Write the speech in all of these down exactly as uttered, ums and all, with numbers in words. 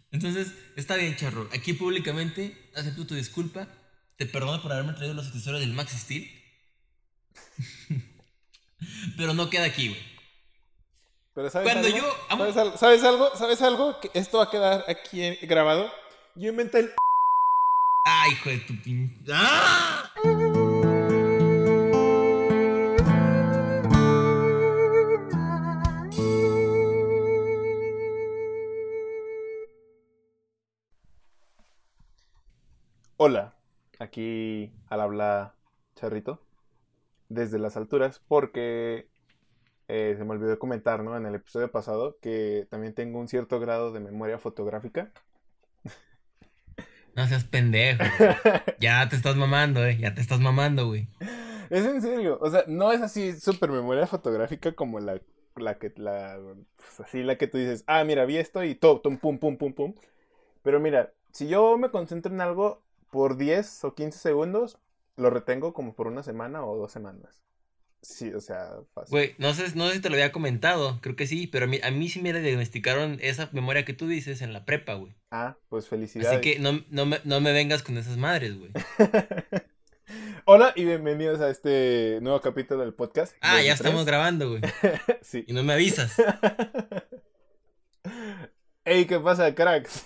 Entonces, está bien, Charro. Aquí públicamente acepto tu disculpa. Te perdono por haberme traído los accesorios del Max Steel. Pero no queda aquí, güey. Pero ¿sabes Cuando algo? yo amo. ¿Sabes, al- ¿Sabes algo? ¿Sabes algo? Que esto va a quedar aquí en- grabado. Yo inventé el... ¡Ay, hijo de tu pin. ¡Ah! Hola, aquí al habla Charrito, desde las alturas, porque eh, se me olvidó comentar, ¿no? En el episodio pasado que también tengo un cierto grado de memoria fotográfica. No seas pendejo, güey. Ya te estás mamando, eh. Ya te estás mamando, güey. Es en serio, o sea, no es así súper memoria fotográfica como la, la que, la, pues así la que tú dices, ah, mira, vi esto y todo, tum, pum, pum, pum, pum. Pero mira, si yo me concentro en algo por diez o quince segundos, lo retengo como por una semana o dos semanas. Sí, o sea, fácil. Güey, no sé, no sé si te lo había comentado. Creo que sí, pero a mí, a mí sí me diagnosticaron esa memoria que tú dices en la prepa, güey. Ah, pues Así que felicidades. no, no me, no me vengas con esas madres, güey. Hola y bienvenidos a este nuevo capítulo del podcast Ah, dos ya de estamos tres. grabando, güey. Sí. Y no me avisas. Ey, ¿qué pasa, cracks?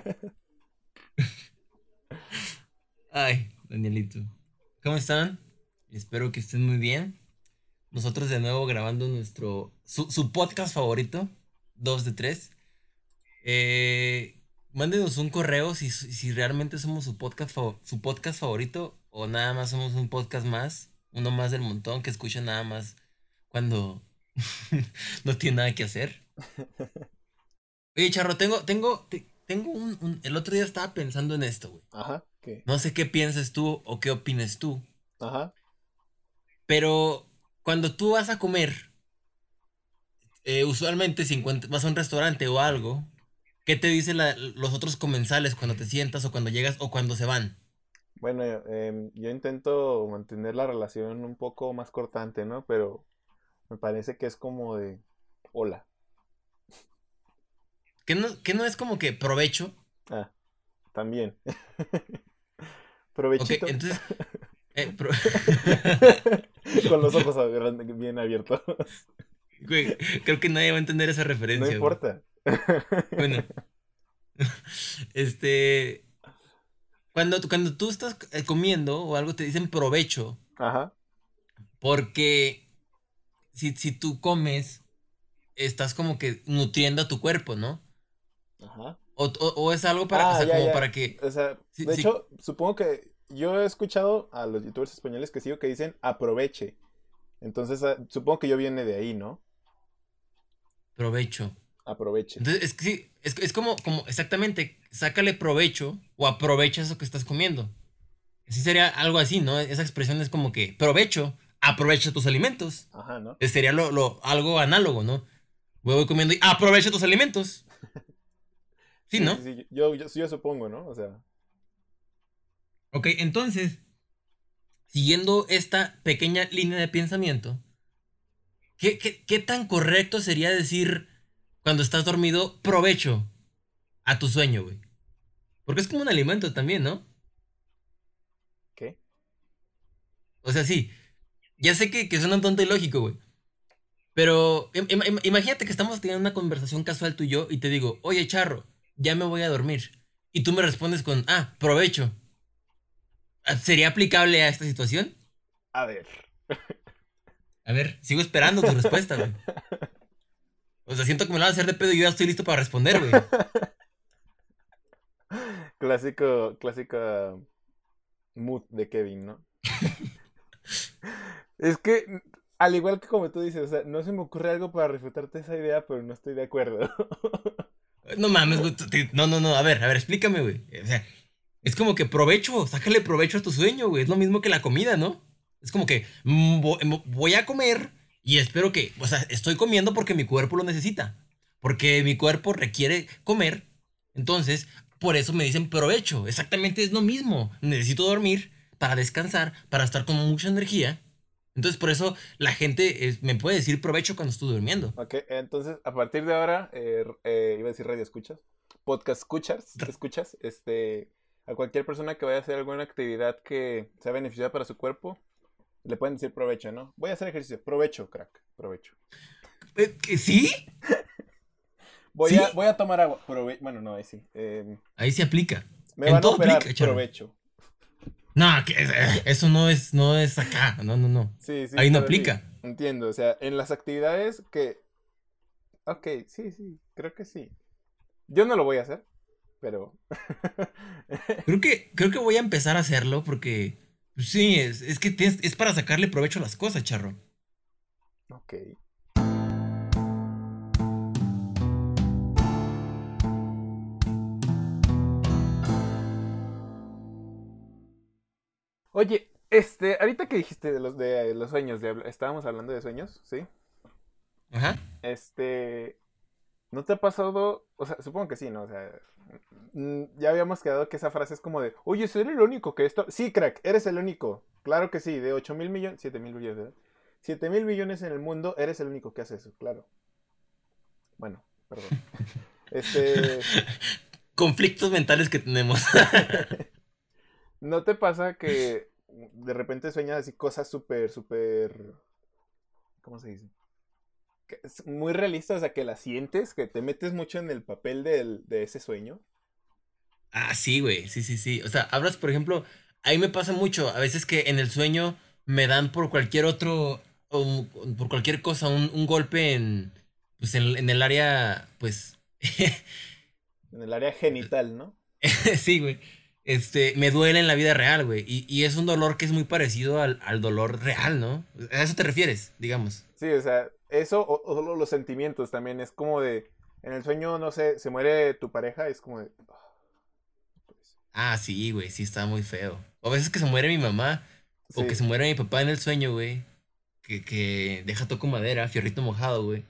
Ay, Danielito. ¿Cómo están? Espero que estén muy bien. Nosotros de nuevo grabando nuestro, su, su podcast favorito, dos de tres. Eh, mándenos un correo si, si realmente somos su podcast, fav- su podcast favorito o nada más somos un podcast más, uno más del montón que escucha nada más cuando no tiene nada que hacer. Oye, Charro, tengo, tengo, te- tengo un, un- el otro día estaba pensando en esto, güey. Ajá, ¿qué? No sé qué piensas tú o qué opines tú, Ajá. pero cuando tú vas a comer, eh, usualmente si encuent- vas a un restaurante o algo, ¿qué te dicen la- los otros comensales cuando te sientas o cuando llegas o cuando se van? Bueno, em, yo intento mantener la relación un poco más cortante, ¿no? Pero me parece que es como de hola. ¿Qué no, qué no es como que provecho? Ah, también. Ok, Provechito. entonces, eh, pro- Con los ojos abiertos- bien abiertos. güey, creo que nadie va a entender esa No referencia, güey. importa. Bueno, este, cuando, cuando tú estás eh, comiendo o algo te dicen provecho, Ajá, porque si, si tú comes, estás como que nutriendo a tu cuerpo, ¿no? ajá. O, o- o es algo para, o Ah, sea, ya, como ya. para que, O sea, sí, de sí, hecho, supongo que yo he escuchado a los youtubers españoles que sigo que dicen aproveche. Entonces, ah, supongo que yo viene de ahí, ¿no? provecho. Aproveche. Entonces, es que sí, es, es como, como exactamente, sácale provecho o aprovecha eso que estás comiendo. Sí sería algo así, ¿no? Esa expresión es como que provecho, aprovecha tus alimentos. Ajá, ¿no? Eh, Sería lo, lo- algo análogo, ¿no? Voy comiendo y aprovecha tus alimentos. Sí, Sí, ¿no? sí, sí. Yo, yo, sí, yo supongo, ¿no? O sea, Ok, entonces, siguiendo esta pequeña línea de pensamiento, ¿qué, qué, qué tan correcto sería decir cuando estás dormido provecho a tu sueño, güey? Porque es como un alimento también, ¿no? ¿qué? O sea, sí, ya sé que, que suena un tonto y lógico, güey. Pero im- im- imagínate que estamos teniendo una conversación casual tú y yo y te digo, oye, Charro, ya me voy a dormir. Y tú me respondes con, ah, provecho. Ah, ¿sería aplicable a esta situación? A ver. A ver, sigo esperando tu respuesta, güey. O sea, siento que me la vas a hacer de pedo y yo ya estoy listo para responder, güey. Clásico, clásica mood de Kevin, ¿no? Es que, al igual que como tú dices, o sea, no se me ocurre algo para refutarte esa idea, pero no estoy de acuerdo. No mames, güey. tú- te- No, no, no. A ver, a ver, explícame, güey. O sea, es como que provecho, sácale provecho a tu sueño, güey. Es lo mismo que la comida, ¿no? Es como que mm, vo- em, voy a comer y espero que, o sea, estoy comiendo porque mi cuerpo lo necesita. Porque mi cuerpo requiere comer. Entonces, por eso me dicen provecho. Exactamente es lo mismo. Necesito dormir para descansar, para estar con mucha energía. Entonces, por eso la gente eh, me puede decir provecho cuando estoy durmiendo. Ok, entonces, a partir de ahora, eh, eh, iba a decir radio escuchas, podcast escuchas, escuchas, este, a cualquier persona que vaya a hacer alguna actividad que sea beneficiosa para su cuerpo, le pueden decir provecho, ¿no? Voy a hacer ejercicio, provecho, crack, provecho. Eh, ¿que ¿Sí? Voy ¿Sí? a, voy a tomar agua, prove bueno, no, ahí sí. Eh, Ahí se aplica. me En van a todo operar, aplica, charro. provecho. No, que, eh, eso no es, no es acá. No, no, no. Sí, sí, Ahí no pero sí, aplica. entiendo, o sea, en las actividades que... Ok, sí, sí, creo que sí. Yo no lo voy a hacer, pero... Creo que, creo que voy a empezar a hacerlo porque, pues sí, es, es que tienes- es para sacarle provecho a las cosas, charro. Ok. Oye, este, ahorita que dijiste de los, de los sueños, de, habl- estábamos hablando de sueños, ¿sí? Ajá. Este, ¿no te ha pasado? O sea, supongo que sí, ¿no? O sea, mm, ya habíamos quedado que esa frase es como de, oye, ¿soy el único que esto? Sí, crack, eres el único. Claro que sí, de ocho mil millones, siete mil millones, ¿verdad? siete mil millones en el mundo, eres el único que hace eso, claro. Bueno, perdón. Este, Conflictos mentales que tenemos. ¿no te pasa que de repente sueñas así cosas súper, súper, ¿cómo se dice? Que es muy realistas, o sea, que las sientes, que te metes mucho en el papel del, de ese sueño. Ah, sí, güey. Sí, sí, sí. O sea, hablas, por ejemplo, ahí me pasa mucho. A veces que en el sueño me dan por cualquier otro, o por cualquier cosa, un, un golpe en, pues en, en el área, pues, En el área genital, ¿no? sí, güey. Este, me duele en la vida real, güey. Y, y es un dolor que es muy parecido al, al dolor real, ¿no? A eso te refieres, digamos. Sí, o sea, eso o, o solo los sentimientos también. Es como de, en el sueño, no sé, se muere tu pareja, es como de, "Ah, pues". Ah, sí, güey, sí, está muy feo. O a veces que se muere mi mamá, o que Sí, se muere mi papá en el sueño, güey. Que, que deja toco madera, fierrito mojado, güey.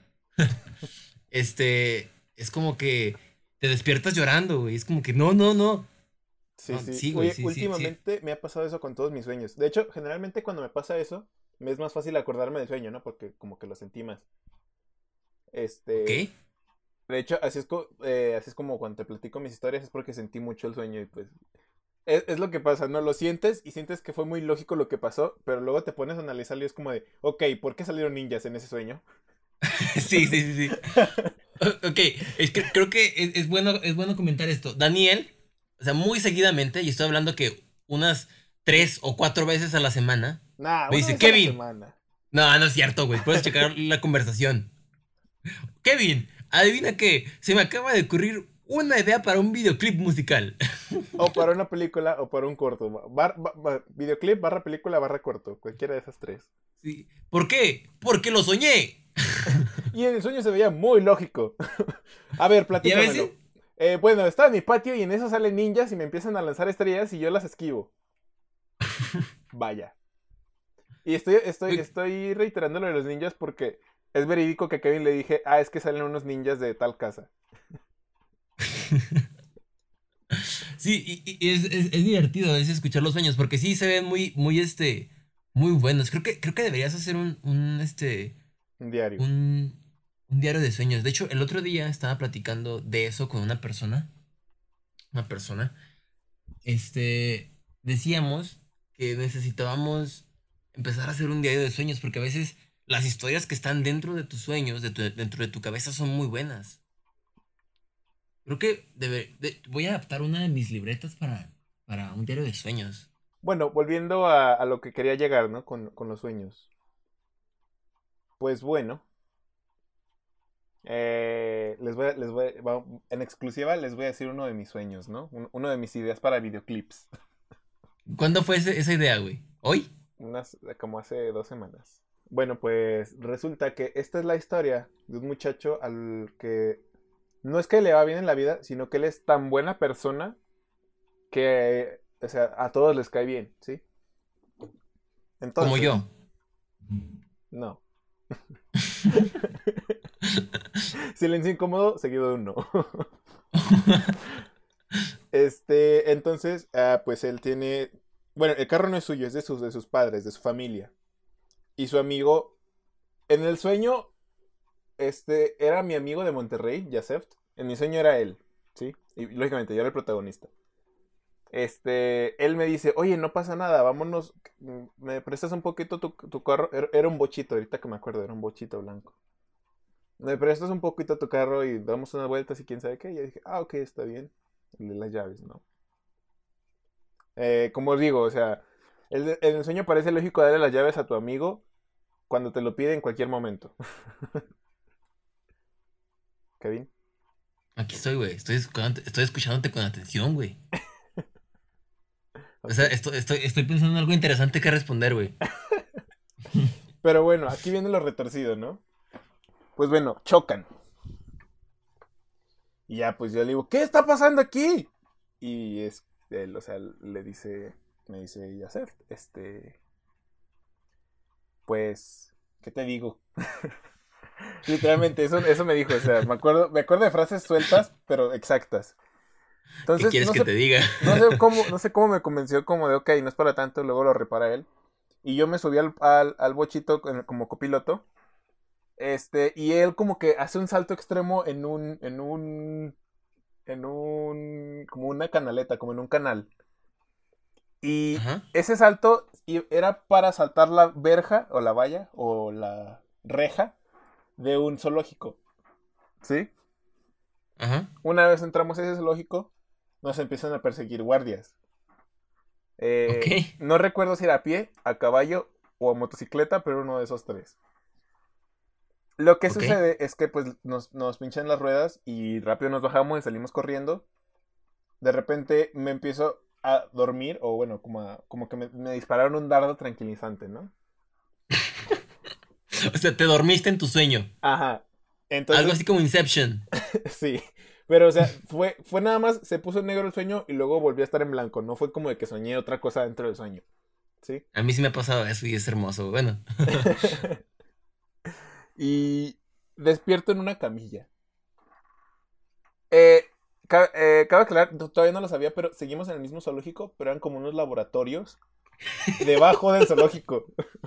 Este, es como que te despiertas llorando, güey. Es como que no, no, no. sí, No, sí. sí, güey, Oye, sí, sí, sí. últimamente me ha pasado eso con todos mis sueños. De hecho, generalmente cuando me pasa eso, me es más fácil acordarme del sueño, ¿no? Porque como que lo sentí más. ¿Ok? Este, de hecho, así es, co- eh, así es como cuando te platico mis historias, es porque sentí mucho el sueño y pues es, es lo que pasa, ¿no? Lo sientes y sientes que fue muy lógico lo que pasó, pero luego te pones a analizarlo y es como de, ok, ¿por qué salieron ninjas en ese sueño? Sí, sí, sí, sí. O- Ok, es que creo que es, es bueno, es bueno comentar esto. Daniel, o sea, muy seguidamente, y estoy hablando que unas tres o cuatro veces a la semana, Nah, me una dice, vez a la Kevin. semana. No, no es cierto, güey. Puedes checar la conversación. Kevin, adivina qué. Se me acaba de ocurrir una idea para un videoclip musical. O para una película o para un corto. Bar- ba- ba- videoclip, barra película, barra corto. Cualquiera de esas tres. Sí. ¿Por qué? Porque lo soñé. Y en el sueño se veía muy lógico. A ver, ¿Y a veces? platícamelo. Eh, bueno, estaba en mi patio y en eso salen ninjas y me empiezan a lanzar estrellas y yo las esquivo. Vaya. Y estoy, estoy, estoy reiterando lo de los ninjas porque es verídico que a Kevin le dije, ah, es que salen unos ninjas de tal casa. Sí, y, y es, es- es divertido a veces escuchar los sueños, porque sí se ven muy, muy, este, muy buenos. Creo que, creo que deberías hacer un, un, este, Un diario. un, un diario de sueños. De hecho, el otro día estaba platicando de eso con una persona, una persona, este, decíamos que necesitábamos empezar a hacer un diario de sueños, porque a veces las historias que están dentro de tus sueños, de tu- dentro de tu cabeza, son muy buenas. Creo que debe- de- voy a adaptar una de mis libretas para, para un diario de sueños. Bueno, volviendo a, a lo que quería llegar, ¿no? Con, con los sueños. Pues bueno, eh, les voy a- les voy a- va- en exclusiva les voy a decir uno de mis sueños, ¿no? Un- uno de mis ideas para videoclips. ¿Cuándo fue ese- esa idea, güey? ¿Hoy? Unas, como hace dos semanas. Bueno, pues resulta que esta es la historia de un muchacho al que no es que le va bien en la vida, sino que él es tan buena persona que, o sea, a todos les cae bien, ¿sí? Como Entonces, yo. no. Silencio incómodo, seguido de un no. Este, entonces, ah, pues él tiene, bueno, el carro no es suyo, es de sus, de sus padres, de su familia. Y su amigo, en el sueño, este, era mi amigo de Monterrey, Yaseft. En mi sueño era él. ¿sí? Y lógicamente yo era el protagonista. Este, él me dice, oye, no pasa nada, vámonos, ¿me prestas un poquito tu, tu carro? Era, era un bochito, ahorita que me acuerdo, era un bochito blanco. ¿Me prestas un poquito tu carro y damos unas vueltas y quién sabe qué? Y yo dije, ah, ok, está bien. Y le di las llaves, ¿no? Eh, como os digo, o sea, el, en el sueño parece lógico darle las llaves a tu amigo cuando te lo pide en cualquier momento. Kevin. Aquí estoy, güey. Estoy, escuchándote- estoy escuchándote con atención, güey. O Ok. sea, estoy, estoy, estoy pensando en algo interesante que responder, güey. Pero bueno, aquí viene lo retorcido, ¿no? Pues bueno, chocan. Y ya, pues yo le digo, ¿qué está pasando aquí? Y es, él, o sea, le dice, me dice Yasef, este, pues, ¿qué te digo? Literalmente, eso, eso me dijo, o sea, me acuerdo, me acuerdo de frases sueltas, pero exactas. ¿Qué Entonces, quieres no que sé, te diga? no sé cómo, no sé cómo me convenció como de, ok, no es para tanto, luego lo repara él. Y yo me subí al, al, al bochito como copiloto. Este, y él como que hace un salto extremo en un, en un, en un, como una canaleta, como en un canal. Y Ajá, ese salto era para saltar la verja o la valla o la reja de un zoológico. ¿Sí? ajá. Una vez entramos a ese zoológico, nos empiezan a perseguir guardias. Ok, Eh, no recuerdo si era a pie, a caballo o a motocicleta, pero uno de esos tres. Lo que ok. sucede es que pues nos, nos pinchan las ruedas y rápido nos bajamos y salimos corriendo. De repente me empiezo a dormir, o bueno, como, a- como que me, me dispararon un dardo tranquilizante, ¿no? O sea, te dormiste en tu sueño. Ajá. Algo Entonces, así como Inception. sí. Pero, o sea, fue, fue nada más, se puso en negro el sueño y luego volvió a estar en blanco. No fue como de que soñé otra cosa dentro del sueño. ¿Sí? A mí sí me ha pasado eso y es hermoso. Bueno. Y despierto en una camilla. Eh, ca- eh, cabe aclarar, to- todavía no lo sabía, pero seguimos en el mismo zoológico, pero eran como unos laboratorios debajo del zoológico.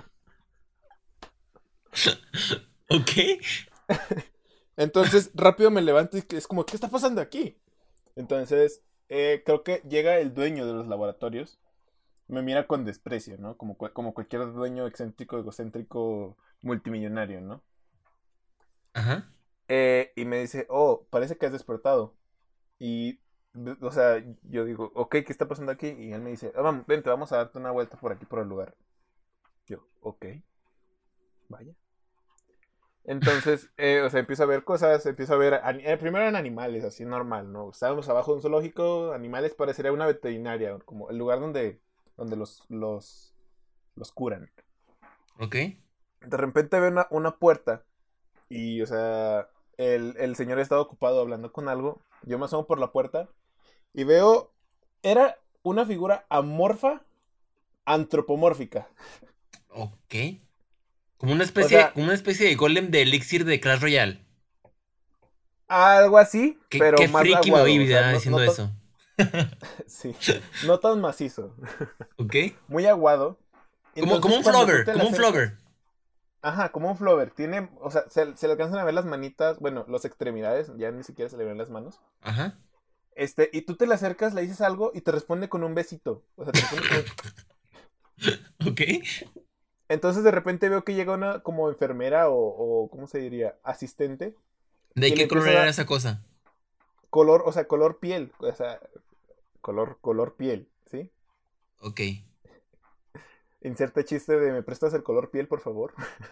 Ok. Entonces, rápido me levanto y es como, ¿qué está pasando aquí? Entonces, eh, creo que llega el dueño de los laboratorios, me mira con desprecio, ¿no? Como, cua- como cualquier dueño excéntrico, egocéntrico, multimillonario, ¿no? Ajá. Eh, y me dice, oh, parece que has despertado. Y, de- o sea, yo digo, ok, ¿qué está pasando aquí? Y él me dice, ah, vamos, vente, vamos a darte una vuelta por aquí, por el lugar. Yo, ok, vaya. Entonces, eh, o sea, empiezo a ver cosas, empiezo a ver, ani- eh, primero eran animales, así normal, ¿no? Estábamos abajo de un zoológico, animales parecería una veterinaria, como el lugar donde, donde los, los, los curan. Ok. De repente veo una, una puerta y, o sea, el, el señor estaba ocupado hablando con algo. Yo me asomo por la puerta y veo, era una figura amorfa, antropomórfica. Ok. Como una O especie, sea, como una especie de golem de elixir de Clash Royale. algo así, Qué, pero qué más friki me oí aguado, o sea, vida no, diciendo no tan, eso. sí, no tan macizo. Ok. Muy aguado. Como, como Entonces, un cuando tú flower, te le como un acercas, flower. ajá, como un flower, tiene, o sea, se, se le alcanzan a ver las manitas, bueno, las extremidades, ya ni siquiera se le ven las manos. Ajá. Este, y tú te le acercas, le dices algo y te responde con un besito. O sea, te responde con un... Ok. Entonces de repente veo que llega una como enfermera o, o ¿cómo se diría? Asistente. ¿De Y le qué color empieza a era dar esa cosa? color, o sea, color piel. O sea, color, color piel, ¿sí? Ok. Inserta chiste de ¿me prestas el color piel, por favor?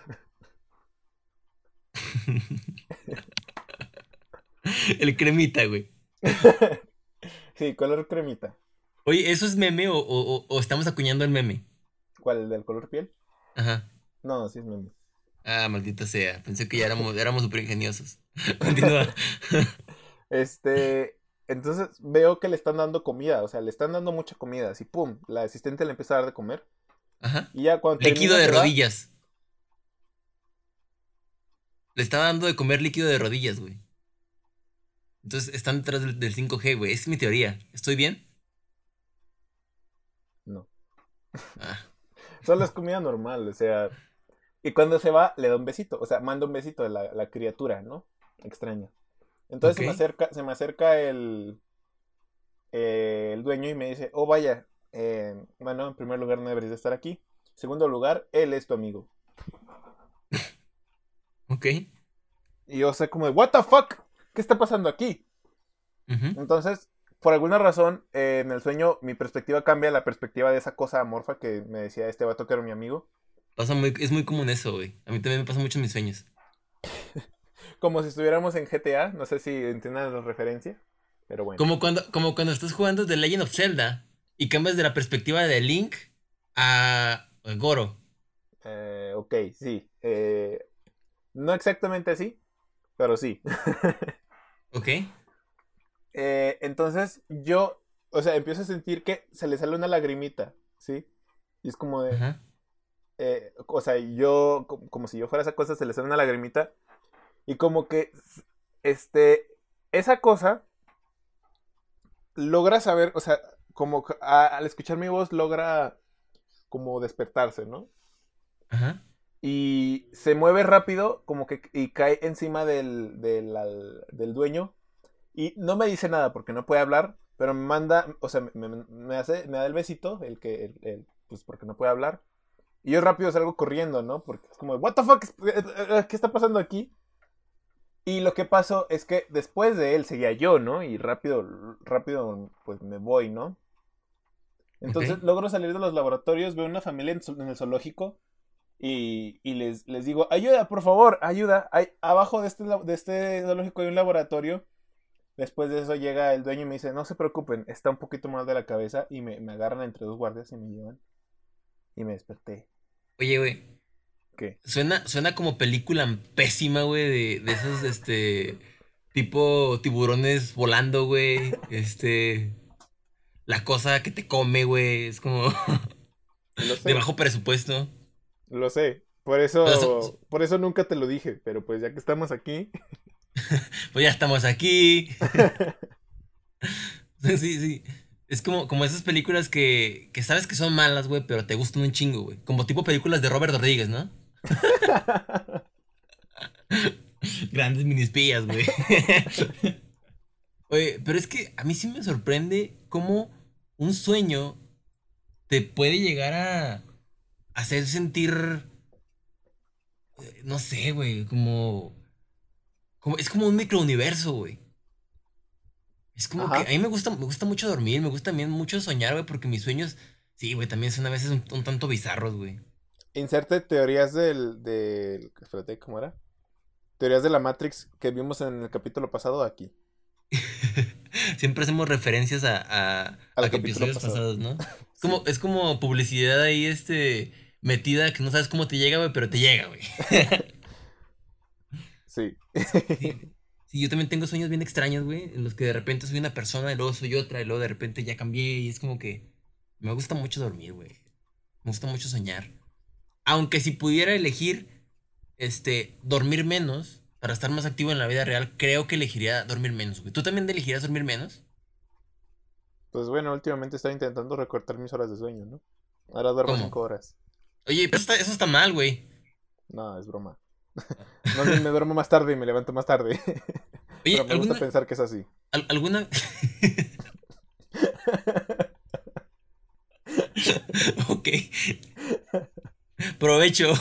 El cremita, güey. Sí, color cremita. Oye, ¿eso es meme o, o- o- o estamos acuñando el meme? ¿Cuál? ¿El del color piel? Ajá. No, sí es meme. Ah, maldita sea. Pensé que ya éramos, éramos súper ingeniosos. Continúa. Este, entonces veo que le están dando comida, o sea, le están dando mucha comida, así pum, la asistente le empieza a dar de comer Ajá. y ya cuando Líquido termina de se va. rodillas. Le estaba dando de comer líquido de rodillas, güey. Entonces están detrás del, del cinco G, güey. Esa es mi teoría. ¿Estoy bien? No, Ah, solo es comida normal, o sea, y cuando se va le da un besito, o sea, manda un besito a la, la criatura, ¿no? Extraña. Entonces Ok, se me acerca, se me acerca el, eh, el dueño y me dice, oh vaya, eh, bueno, en primer lugar no deberías de estar aquí. En segundo lugar, él es tu amigo. ok. Y yo sé como de, what the fuck, ¿qué está pasando aquí? Ujú. Entonces, por alguna razón, eh, en el sueño mi perspectiva cambia, la perspectiva de esa cosa amorfa que me decía este vato que era mi amigo. Pasa muy, es muy común eso, güey. A mí también me pasa mucho en mis sueños. Como si estuviéramos en G T A, no sé si entiendan la referencia, pero bueno. Como cuando, como cuando estás jugando The Legend of Zelda y cambias de la perspectiva de Link a a Goro. Eh, ok, sí. Eh, no exactamente así, pero sí. ¿Ok? Eh, entonces yo, o sea, empiezo a sentir que se le sale una lagrimita, ¿sí? Y es como de, Ajá. eh, o sea, yo, co- como si yo fuera esa cosa, se le sale una lagrimita. Y como que, este, esa cosa logra saber, o sea, como que a- al escuchar mi voz logra como despertarse, ¿no? Ajá. Y se mueve rápido, como que, y cae encima del, del, al- del dueño. Y no me dice nada porque no puede hablar, pero me manda, o sea, me, me- me hace, me da el besito, el que, el, el- pues porque no puede hablar. Y yo rápido salgo corriendo, ¿no? Porque es como, what the fuck, ¿qué está pasando aquí? Y lo que pasó es que después de él seguía yo, ¿no? Y rápido, rápido, pues me voy, ¿no? Ok. Entonces logro salir de los laboratorios, veo una familia en, zo- en el zoológico y, y les, les digo, ayuda, por favor, ayuda. Hay, abajo de este, la- de este zoológico hay un laboratorio. Después de eso llega el dueño y me dice, no se preocupen, está un poquito mal de la cabeza y me, me agarran entre dos guardias y me llevan y me desperté. Oye, güey. ¿Qué? Suena, suena como película pésima, güey, de, de esos, este, tipo tiburones volando, güey. Este, la cosa que te come, güey. Es como Lo de sé, bajo presupuesto. lo sé. Por Pero, so- eso, so- por eso nunca te lo dije, pero pues ya que estamos aquí. pues ya estamos aquí. Sí, sí. Es como, como esas películas que, que sabes que son malas, güey, pero te gustan un chingo, güey. Como tipo películas de Robert Rodríguez, ¿no? Grandes minispías, güey. Oye, pero es que a mí sí me sorprende cómo un sueño te puede llegar a hacer sentir, eh, no sé, güey, como, como, es como un microuniverso, güey. Es como que a Ajá. mí me gusta, me gusta mucho dormir, me gusta también mucho soñar, güey, porque mis sueños, sí, güey, también son a veces un, un tanto bizarros, güey. Inserte teorías del, del. Espérate, ¿cómo era? Teorías de la Matrix que vimos en el capítulo pasado aquí. Siempre hacemos referencias a, a, Al a capítulo episodios pasado. pasados, ¿no? Es como, Sí. es como publicidad ahí, este, metida que no sabes cómo te llega, güey, pero te llega, güey. Sí. Sí, sí, yo también tengo sueños bien extraños, güey, en los que de repente soy una persona y luego soy otra y luego de repente ya cambié y es como que me gusta mucho dormir, güey. Me gusta mucho soñar. Aunque si pudiera elegir, este, dormir menos para estar más activo en la vida real, creo que elegiría dormir menos, güey. ¿Tú también elegirías dormir menos? Pues bueno, últimamente estaba intentando recortar mis horas de sueño, ¿no? Ahora duermo ¿Cómo? cinco horas. Oye, pero eso está, eso está mal, güey. No, es broma. Más bien me duermo más tarde y me levanto más tarde. Pero Oye, me gusta ¿alguna, pensar que es así. al- alguna... Ok, provecho.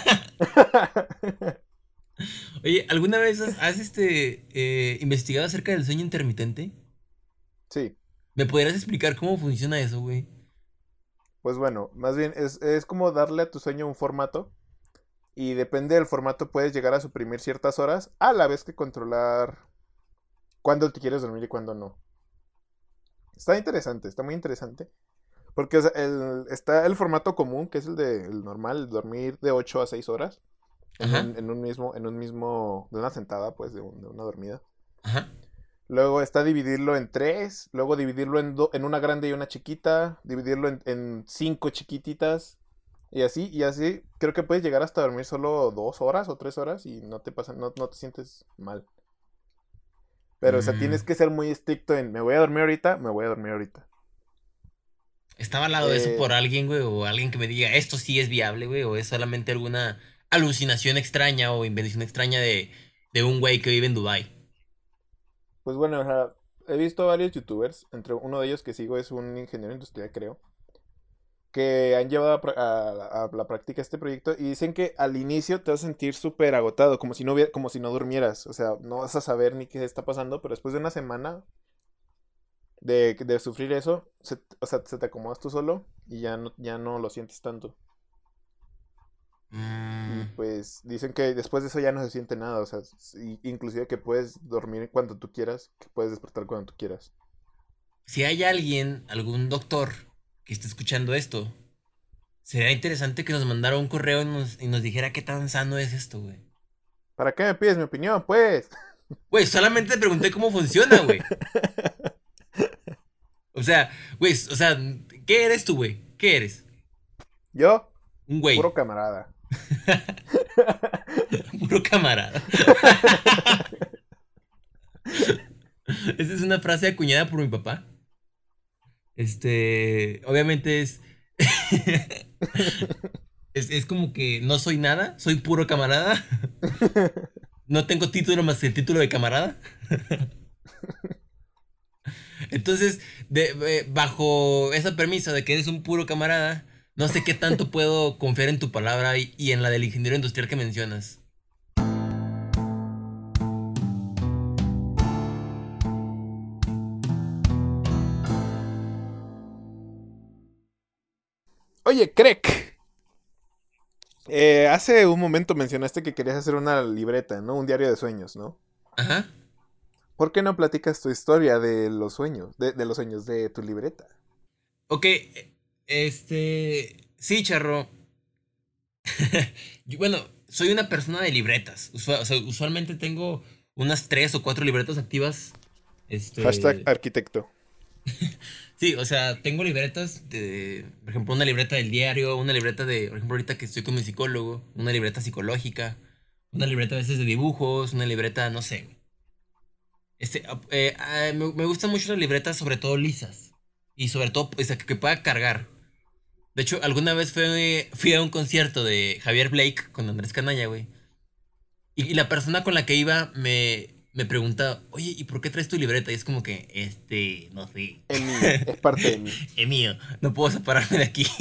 Oye, ¿alguna vez has, has, este, eh, investigado acerca del sueño intermitente? Sí, ¿Me podrías explicar cómo funciona eso, güey? pues bueno, más bien es, es como darle a tu sueño un formato y depende del formato puedes llegar a suprimir ciertas horas a la vez que controlar cuándo te quieres dormir y cuándo no. Está interesante, está muy interesante. Porque o sea, el, está el formato común, que es el de el normal, el dormir de ocho a seis horas en Ajá, un, en un mismo, en un mismo, de una sentada, pues, de, un- de una dormida. ajá. Luego está dividirlo en tres, luego dividirlo en, do- en una grande y una chiquita, dividirlo en, en cinco chiquititas, y así, y así, creo que puedes llegar hasta dormir solo dos horas o tres horas y no te pasa, no, no te sientes mal. Pero, o sea, tienes Mm, que ser muy estricto en, me voy a dormir ahorita, me voy a dormir ahorita. ¿Estaba al lado de eso Eh, por alguien, güey? O alguien que me diga, esto sí es viable, güey. O es solamente alguna alucinación extraña o invención extraña de, de un güey que vive en Dubái. pues bueno, o sea, he visto varios youtubers, entre uno de ellos que sigo es un ingeniero industrial, creo, que han llevado a, pra- a- a la práctica este proyecto y dicen que al inicio te vas a sentir súper agotado, como si no hubiera- como si no durmieras, o sea, no vas a saber ni qué está pasando, pero después de una semana de, de sufrir eso, se- o sea, se te acomodas tú solo y ya no, ya no lo sientes tanto. Y Mm, pues dicen que después de eso ya no se siente nada, o sea, s- inclusive que puedes dormir cuando tú quieras, que puedes despertar cuando tú quieras. si hay alguien, algún doctor que esté escuchando esto, sería interesante que nos mandara un correo y nos, y nos dijera qué tan sano es esto, güey. ¿Para qué me pides mi opinión, pues? Güey, solamente te pregunté cómo funciona, güey. O sea, güey, o sea, ¿qué eres tú, güey? ¿Qué eres? Yo, Un güey. puro camarada. Puro camarada. Esa es una frase acuñada por mi papá. Este, obviamente es, es, es como que no soy nada, soy puro camarada. No tengo título más que el título de camarada. Entonces, de- eh, bajo esa premisa de que eres un puro camarada, no sé qué tanto puedo confiar en tu palabra y, y en la del ingeniero industrial que mencionas. Oye, Craig, eh, hace un momento mencionaste que querías hacer una libreta, ¿no? Un diario de sueños, ¿no? Ajá. ¿Por qué no platicas tu historia de los sueños, de, de los sueños de tu libreta? Ok, eh, este, sí, charro. Yo, bueno, soy una persona de libretas. Usua- o sea, usualmente tengo unas tres o cuatro libretas activas. Hashtag Este, arquitecto. sí, o sea, tengo libretas de, por ejemplo, una libreta del diario, una libreta de, por ejemplo, ahorita que estoy con mi psicólogo, una libreta psicológica, una libreta a veces de dibujos, una libreta, no sé. Este, ah, eh, ah, me, me gustan mucho las libretas, sobre todo lisas. Y sobre todo, pues, que, que pueda cargar. De hecho, alguna vez fui, fui a un concierto de Javier Blake con Andrés Canalla, güey. Y, y la persona con la que iba me, me pregunta, oye, ¿y por qué traes tu libreta? Y es como que, este, no sé. Es mío, es parte de mí. Es mío, no puedo separarme de aquí.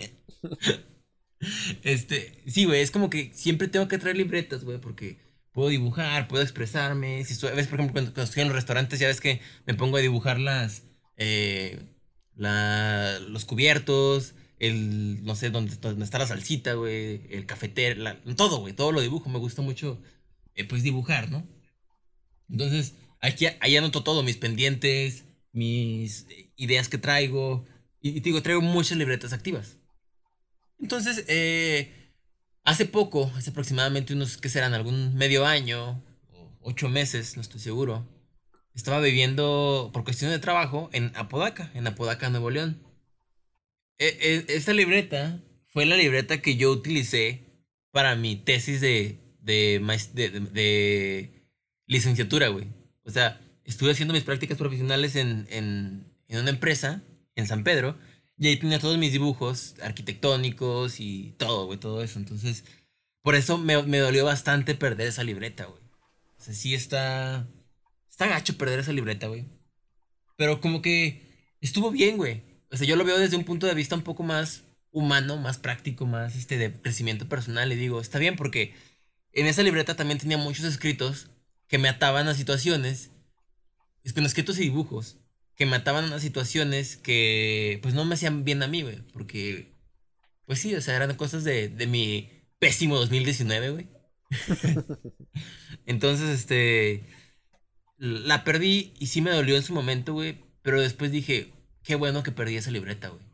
Este, sí, güey, es como que siempre tengo que traer libretas, güey, porque puedo dibujar, puedo expresarme. Si estoy, ves, por ejemplo, cuando, cuando estoy en los restaurantes, ya ves que me pongo a dibujar las, eh, la, los cubiertos, el, no sé, dónde, dónde está la salsita, güey, el cafetero, la- todo, güey, todo lo dibujo. Me gusta mucho, eh, pues, dibujar, ¿no? Entonces, aquí, ahí anoto todo, mis pendientes, mis eh, ideas que traigo. Y, y te digo, traigo muchas libretas activas. Entonces, eh, hace poco, hace aproximadamente unos, ¿qué serán? Algún medio año o ocho meses, no estoy seguro. Estaba viviendo por cuestión de trabajo en Apodaca, en Apodaca, Nuevo León. E- e- esta libreta fue la libreta que yo utilicé para mi tesis de, de, maes- de, de- de licenciatura, güey. O sea, estuve haciendo mis prácticas profesionales en, en, en una empresa en San Pedro y ahí tenía todos mis dibujos arquitectónicos y todo, güey, todo eso. Entonces, por eso me, me dolió bastante perder esa libreta, güey. O sea, sí está, está gacho perder esa libreta, güey. Pero como que estuvo bien, güey. O sea, yo lo veo desde un punto de vista un poco más humano, más práctico, más este de crecimiento personal. Y digo, está bien porque en esa libreta también tenía muchos escritos que me ataban a situaciones, es con escritos y dibujos, que me ataban a situaciones que pues no me hacían bien a mí, güey. Porque, pues sí, o sea, eran cosas de, de mi pésimo dos mil diecinueve, güey. Entonces, este, la perdí y sí me dolió en su momento, güey. Pero después dije, qué bueno que perdí esa libreta, güey.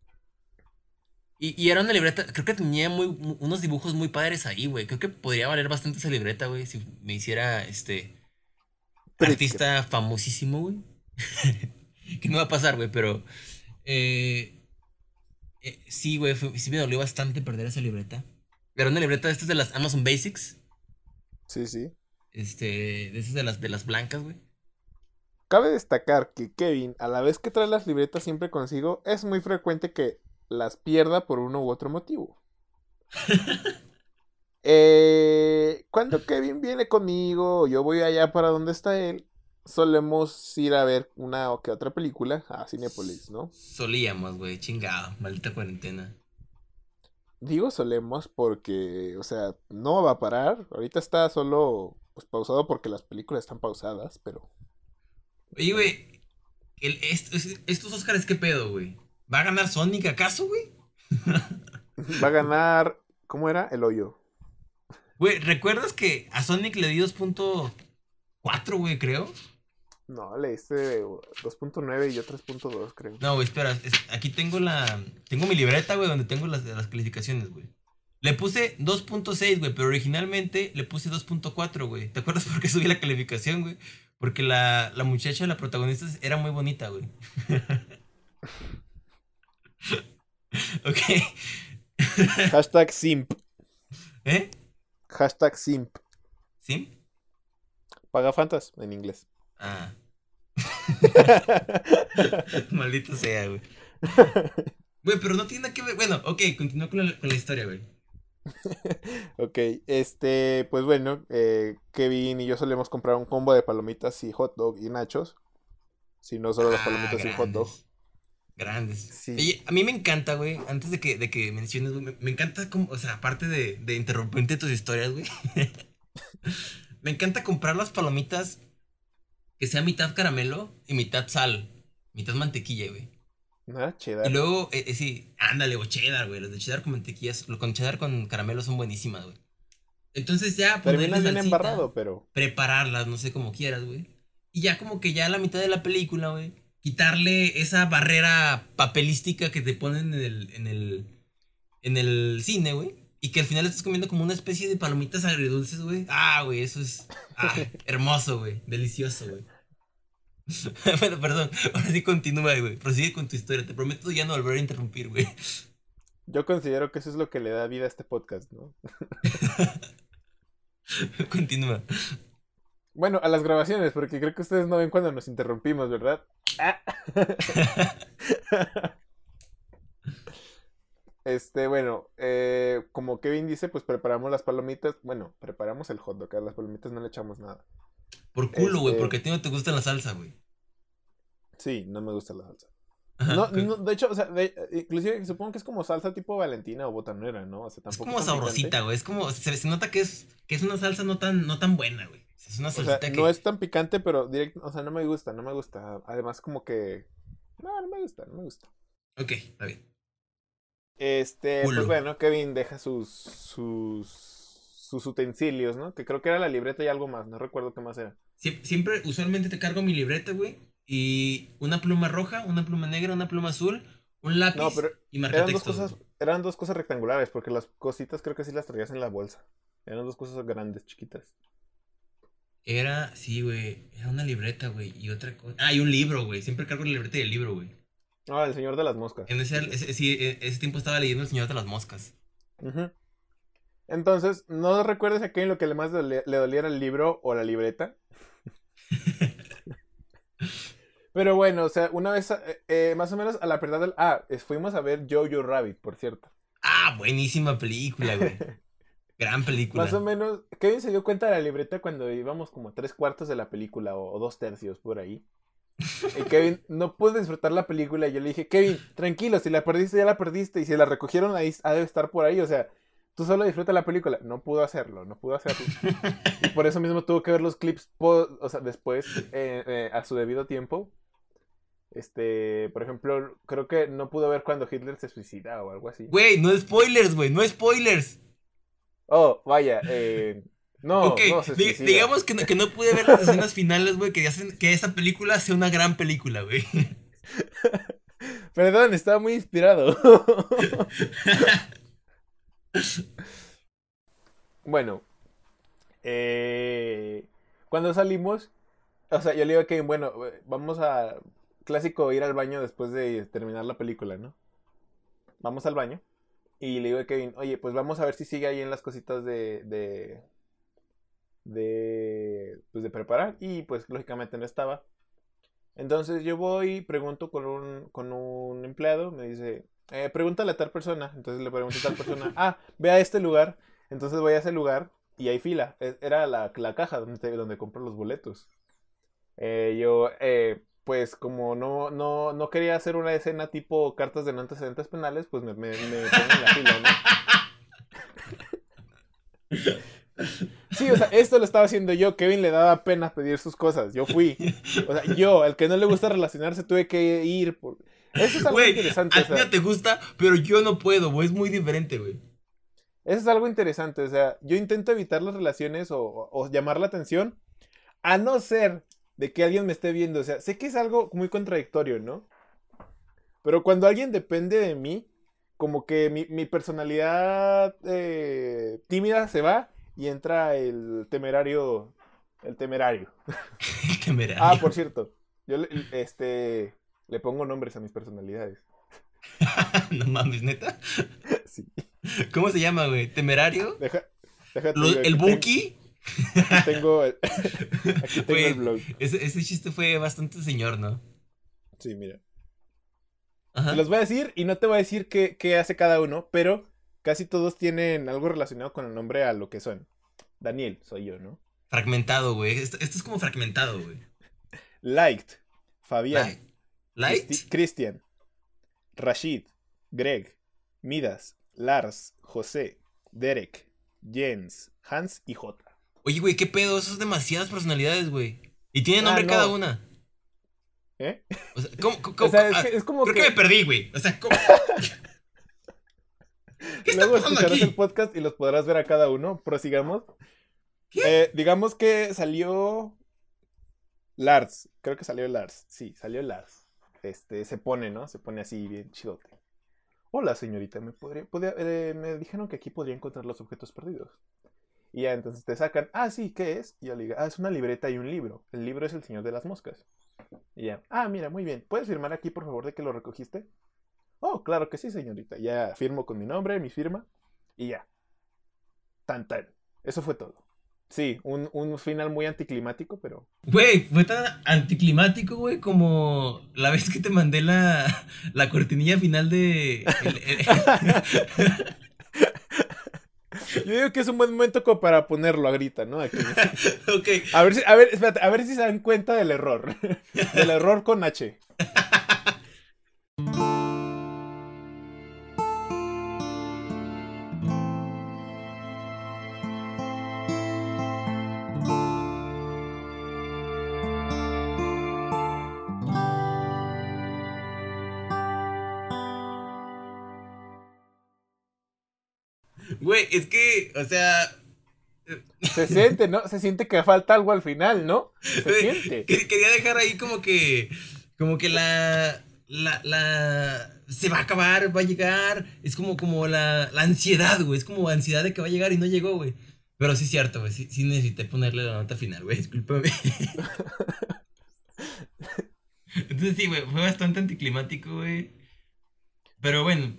Y, y era una libreta, creo que tenía muy, mu- unos dibujos muy padres ahí, güey. Creo que podría valer bastante esa libreta, güey, si me hiciera, este, Pritzker. artista famosísimo, güey. Que no va a pasar, güey, pero... eh, eh, sí, güey, fue- sí me dolió bastante perder esa libreta. Era una libreta de estas de las Amazon Basics. Sí, sí. Este, de esas de las, de las blancas, güey. Cabe destacar que Kevin, a la vez que trae las libretas siempre consigo, es muy frecuente que las pierda por uno u otro motivo. Eh, cuando Kevin viene conmigo, o yo voy allá para donde está él. solemos ir a ver una o que otra película a Cinépolis, ¿no? Solíamos, güey, chingado, maldita cuarentena. Digo solemos porque, o sea, no va a parar. Ahorita está solo pues pausado porque las películas están pausadas, pero Oye, bueno. güey, el, est- es- estos Oscars, ¿qué pedo, güey? ¿Va a ganar Sonic acaso, güey? Va a ganar, ¿cómo era? El hoyo. Güey, ¿recuerdas que a Sonic le di dos punto cuatro, güey, creo? No, le hice dos punto nueve y yo tres punto dos, creo. No, güey, espera, es- aquí tengo la... Tengo mi libreta, güey, donde tengo las, las calificaciones, güey. Le puse dos punto seis, güey, pero originalmente le puse dos punto cuatro, güey. ¿Te acuerdas por qué subí la calificación, güey? Porque la, la muchacha, la protagonista, era muy bonita, güey. Ok. Hashtag simp. ¿Eh? Hashtag simp. ¿Sí? Pagafantas en inglés. Ah. Maldito sea, güey. Güey, pero no tiene nada que ver. Bueno, ok, continúa con la, con la historia, güey. Ok, este, pues bueno, eh, Kevin y yo solemos comprar un combo de palomitas y hot dog y nachos. Si no solo las Ah, palomitas y hot dog. grandes. Grandes. Sí. Oye, a mí me encanta, güey. Antes de que, de que menciones, güey. Me, me encanta como, o sea, aparte de, de interrumpirte tus historias, güey. Me encanta comprar las palomitas que sea mitad caramelo y mitad sal. Mitad mantequilla, güey. Nada, Y cheddar. luego, eh, eh, sí, ándale, o cheddar, güey. Las de cheddar con mantequillas, lo- con cheddar con caramelo son buenísimas, güey. Entonces ya Termina ponerle bien salsita, embarrado, pero prepararlas, no sé, como quieras, güey. Y ya como que ya a la mitad de la película, güey, quitarle esa barrera papelística que te ponen en el, en el, en el cine, güey. Y que al final estás comiendo como una especie de palomitas agridulces, güey. Ah, güey, eso es, ah, hermoso, güey. Delicioso, güey. Bueno, perdón. Ahora sí continúa, güey. Prosigue con tu historia. Te prometo ya no volver a interrumpir, güey. yo considero que eso es lo que le da vida a este podcast, ¿no? Continúa. Bueno, a las grabaciones, porque creo que ustedes no ven cuando nos interrumpimos, ¿verdad? Ah. Este, bueno, eh, como Kevin dice, pues preparamos las palomitas. Bueno, preparamos el hot dog, a las palomitas no le echamos nada. Por culo, güey, Este, porque a ti no te gusta la salsa, güey. sí, no me gusta la salsa. Ajá. No, no, de hecho, o sea, de- inclusive supongo que es como salsa tipo Valentina o botanera, ¿no? O sea, Es tampoco es como tan picante. sabrosita, güey. Es como, se, se nota que es, que es una salsa no tan, no tan buena, güey. Es una O sea, salsita no que. es tan picante, pero directo, o sea, no me gusta, no me gusta. Además, como que, no, no me gusta, no me gusta. Ok, está bien. Este, pues Culo. bueno, Kevin deja sus, sus, sus utensilios, ¿no? Que creo que era la libreta y algo más, no recuerdo qué más era. Sie- siempre, usualmente te cargo mi libreta, güey. Y una pluma roja, una pluma negra, una pluma azul, un No, lápiz pero y eran dos marcatextos, güey. cosas, eran dos cosas rectangulares, porque las cositas creo que sí las traías en la bolsa. Eran dos cosas grandes, chiquitas. Era, sí, güey. Era una libreta, güey. Y otra cosa. Ah, y un libro, güey. Siempre cargo la libreta y el libro, güey. Ah, el señor de las moscas. En ese, ese, sí, e- ese tiempo estaba leyendo El Señor de las Moscas. Ujú. Entonces, no recuerdes a Kevin lo que le más le, le doliera el libro o la libreta. Pero bueno, o sea, una vez, eh, eh, más o menos a la verdad del... Ah, es- fuimos a ver Jojo Rabbit, por cierto. Ah, buenísima película, güey. Gran Más o película. menos, Kevin se dio cuenta de la libreta cuando íbamos como tres cuartos de la película o, o dos tercios por ahí. Y Kevin no pudo disfrutar la película y yo le dije, Kevin, tranquilo, si la perdiste ya la perdiste y si la recogieron ahí, ha de estar por ahí, o sea, tú solo disfruta la película. No pudo hacerlo, no pudo hacerlo. Y por eso mismo tuvo que ver los clips, po- o sea, después, eh, eh, a su debido tiempo. Este, por ejemplo, creo que no pudo ver cuando Hitler se suicida o algo así. Güey, no spoilers, güey, no spoilers. Oh, vaya, eh, Ok, no, no se di- suicida. digamos que no, que no pude ver las escenas finales, güey, que hacen que esa película sea una gran película, güey. Perdón, estaba muy inspirado. Bueno, eh, cuando salimos, o sea, yo le digo a Kevin, bueno, eh, vamos a... Clásico ir al baño después de terminar la película, ¿no? Vamos al baño. Y le digo a Kevin, oye, pues vamos a ver si sigue ahí en las cositas de... de... de... pues de preparar. Y pues lógicamente no estaba. Entonces yo voy, pregunto con un, con un empleado, me dice, eh, pregúntale a tal persona. Entonces le pregunto a tal persona, ah, ve a este lugar. Entonces voy a ese lugar y hay fila. E- Era la, la caja donde, te- donde compro los boletos. Eh, yo, eh, pues como no, no, no quería hacer una escena tipo cartas de no antecedentes penales, pues me, me, me pongo en la fila, ¿no? Sí, o sea, esto lo estaba haciendo yo. Kevin le daba pena pedir sus cosas. Yo fui. O sea, yo, al que no le gusta relacionarse, tuve que ir. Por... Eso es algo Güey, interesante, o a ti no sea. te gusta, pero yo no puedo, güey. Es muy diferente, güey. Eso es algo interesante, o sea. Yo intento evitar las relaciones o, o llamar la atención, a no ser de que alguien me esté viendo. O sea, sé que es algo muy contradictorio, ¿no? Pero cuando alguien depende de mí, como que mi, mi personalidad eh, tímida se va y entra el temerario. El temerario. Ah, Temerario. por cierto, yo le, este, le pongo nombres a mis personalidades. No mames, neta. Sí. ¿Cómo se llama, güey? ¿Temerario? Deja, déjate Lo- digo, ¿El aquí, ten- Buki? aquí tengo el, aquí tengo el Güey, blog. ese, ese chiste fue bastante señor, ¿no? Sí, mira. Te Ajá. los voy a decir y no te voy a decir qué, qué hace cada uno, pero casi todos tienen algo relacionado con el nombre a lo que son. Daniel, soy yo, ¿no? Fragmentado, güey. Esto, esto es como fragmentado, güey. Light, Fabián, Light. Cristi- Light. Cristian, Rashid, Greg, Midas, Lars, José, Derek, Jens, Hans y J. Oye, güey, ¿qué pedo? Esas son demasiadas personalidades, güey. Y tiene Ah, nombre cada no. una. ¿Eh? O sea, ¿cómo, cómo- O cómo- sea, es ah, que es como creo que me que perdí, güey. O sea, ¿cómo- ¿qué está luego pasando escucharás el aquí? podcast y los podrás ver a cada uno. Prosigamos. ¿Qué? Eh, digamos que salió Lars. Creo que salió Lars. Sí, salió Lars. Este, se pone, ¿no? Se pone así bien chidote. Hola, señorita. Me, podría, podría- eh, me dijeron que aquí podría encontrar los objetos perdidos. Y ya entonces te sacan. Ah, sí, ¿qué es? Y yo le digo, ah, es una libreta y un libro. El libro es El Señor de las Moscas. Y ya, ah, mira, muy bien. ¿Puedes firmar aquí, por favor, de que lo recogiste? Oh, claro que sí, señorita. Ya firmo con mi nombre, mi firma. Y ya. Tan tan. Eso fue todo. Sí, un, un final muy anticlimático, pero. Güey, fue tan anticlimático, güey, como la vez que te mandé la, la cortinilla final de... el- el- Yo digo que es un buen momento como para ponerlo a grita, ¿no? Aquí. Ok. A ver si, a ver, espérate, a ver si se dan cuenta del error. Del error con H. Güey, es que, o sea... Se siente, ¿no? Se siente que falta algo al final, ¿no? Se Güey, siente. que- quería dejar ahí como que... Como que la... La... la se va a acabar, va a llegar. Es como, como la, la ansiedad, güey. Es como ansiedad de que va a llegar y no llegó, güey. Pero sí es cierto, güey. Sí, sí necesité ponerle la nota final, güey. Discúlpame. Entonces sí, güey. Fue bastante anticlimático, güey. Pero bueno.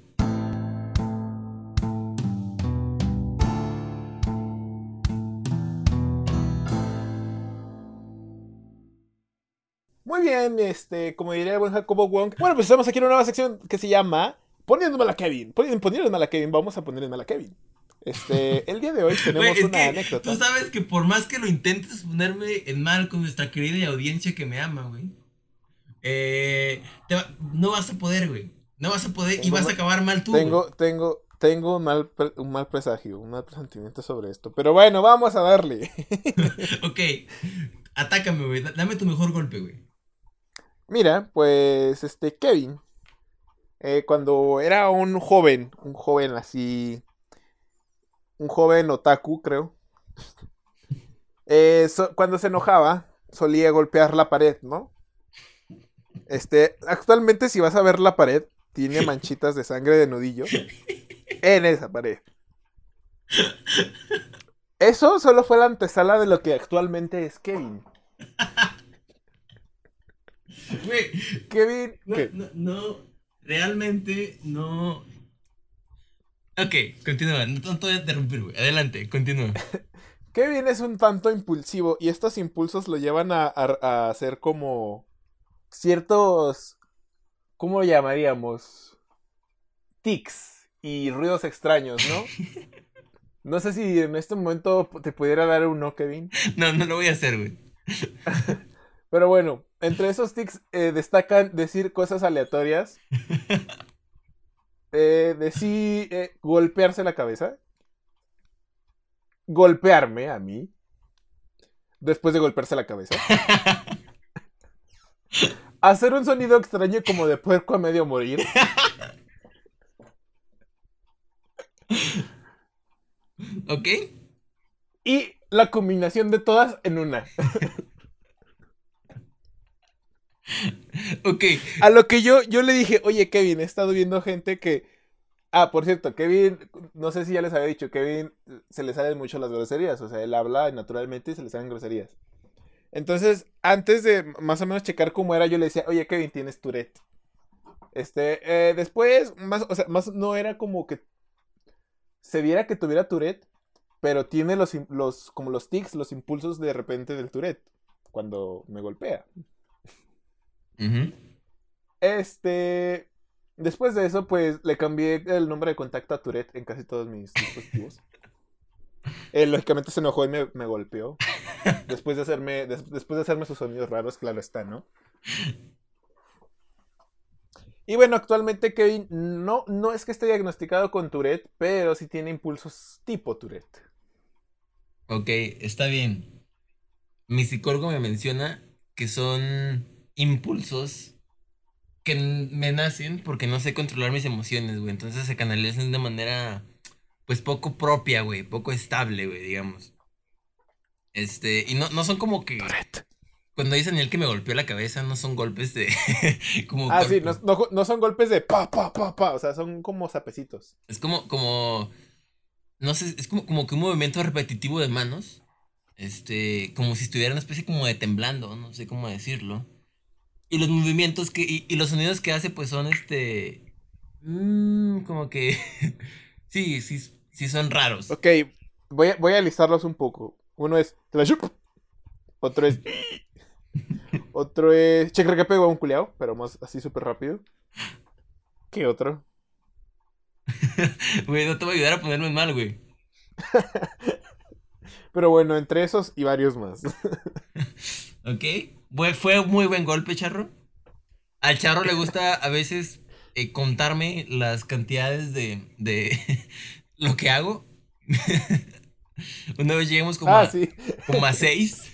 Muy bien, este, como diría el buen Jacobo Wong. Bueno, pues estamos aquí en una nueva sección que se llama Poniéndome a Kevin. Poni- Poniéndome a Kevin. Vamos a ponerle a Kevin. Este, el día de hoy Güey, tenemos es una que tú anécdota. sabes que por más que lo intentes ponerme en mal con nuestra querida audiencia que me ama, güey. Eh, te va- no vas a poder, güey. No vas a poder y Tengo, vas a ma- acabar mal tú, güey. tengo, tengo, tengo un mal, pre- un mal presagio, un mal presentimiento sobre esto. Pero bueno, vamos a darle. Ok, atácame, güey. da- Dame tu mejor golpe, güey. Mira, pues, este, Kevin, eh, cuando era un joven, un joven así, un joven otaku, creo. Eh, so- cuando se enojaba, solía golpear la pared, ¿no? Este, actualmente si vas a ver la pared, tiene manchitas de sangre de nudillo en esa pared. Eso solo fue la antesala de lo que actualmente es Kevin. Güey, Kevin, no, ¿qué? no, no, realmente no. Ok, continúa. No te voy a interrumpir, güey. Adelante, continúa. Kevin es un tanto impulsivo y estos impulsos lo llevan a, a, a hacer como ciertos, ¿cómo lo llamaríamos? Tics y ruidos extraños, ¿no? No sé si en este momento te pudiera dar un no, Kevin. No, no lo voy a hacer, güey. Pero bueno, entre esos tics eh, destacan decir cosas aleatorias. Eh, decir eh, golpearse la cabeza. Golpearme a mí. Después de golpearse la cabeza. Hacer un sonido extraño como de puerco a medio morir. ¿Ok? Y la combinación de todas en una. Ok. A lo que yo, yo le dije, oye, Kevin, he estado viendo gente que... Ah, por cierto, Kevin, no sé si ya les había dicho, Kevin se le salen mucho las groserías. O sea, él habla naturalmente y se le salen groserías. Entonces, antes de más o menos checar cómo era, yo le decía, oye, Kevin, tienes Tourette. Este, eh, después, más, o sea, más no era como que se viera que tuviera Tourette, pero tiene los, los, como los tics, los impulsos de repente del Tourette, cuando me golpea. Uh-huh. Este, después de eso, pues, le cambié el nombre de contacto a Tourette en casi todos mis dispositivos. Eh, lógicamente se enojó y me, me golpeó. Después de hacerme, des, después de hacerme sus sonidos raros, claro está, ¿no? Y bueno, actualmente Kevin no, no es que esté diagnosticado con Tourette, pero sí tiene impulsos tipo Tourette. Ok, está bien. Mi psicólogo me menciona que son impulsos que n- me nacen porque no sé controlar mis emociones, güey. Entonces se canalizan de manera, pues, poco propia, güey. Poco estable, güey, digamos. Este, y no, no son como que... Tourette. Cuando dicen el que me golpeó la cabeza, no son golpes de... como Ah, sí, no, golpes. no, no son golpes de pa, pa, pa, pa, o sea, son como sapecitos. Es como, como... No sé, es como, como que un movimiento repetitivo de manos. Este, como si estuviera una especie como de temblando, no sé cómo decirlo. Y los movimientos que, y, y los sonidos que hace, pues son este. mm, como que. sí, sí, sí son raros. Ok, voy a, voy a listarlos un poco. Uno es, te la chup. Otro es, otro es, che, creo que pego a un culeado, pero más así súper rápido. ¿Qué otro? Güey, no te voy a ayudar a ponerme mal, güey. Pero bueno, entre esos y varios más. ¿Ok? Fue, fue un muy buen golpe, Charro. Al Charro le gusta a veces eh, contarme las cantidades de, de lo que hago. Una vez llegamos como Ah, a, sí. como a seis.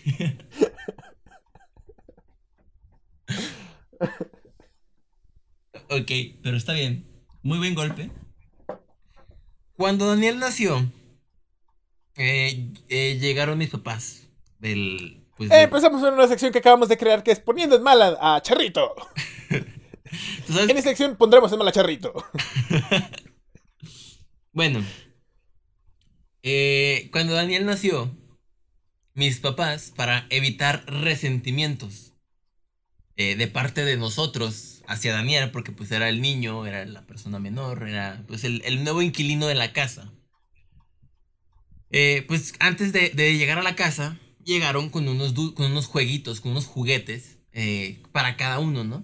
Ok, pero está bien. Muy buen golpe. Cuando Daniel nació, eh, eh, llegaron mis papás del, pues Eh, de, empezamos en una sección que acabamos de crear que es Poniendo en Mala a Charrito. ¿tú sabes? En esta sección pondremos en Mala a Charrito. Bueno, eh, cuando Daniel nació, mis papás, para evitar resentimientos eh, de parte de nosotros hacia Daniel, porque pues era el niño, era la persona menor, era pues el, el nuevo inquilino de la casa. Eh, pues antes de, de llegar a la casa, llegaron con unos, du- con unos jueguitos, con unos juguetes eh, para cada uno, ¿no?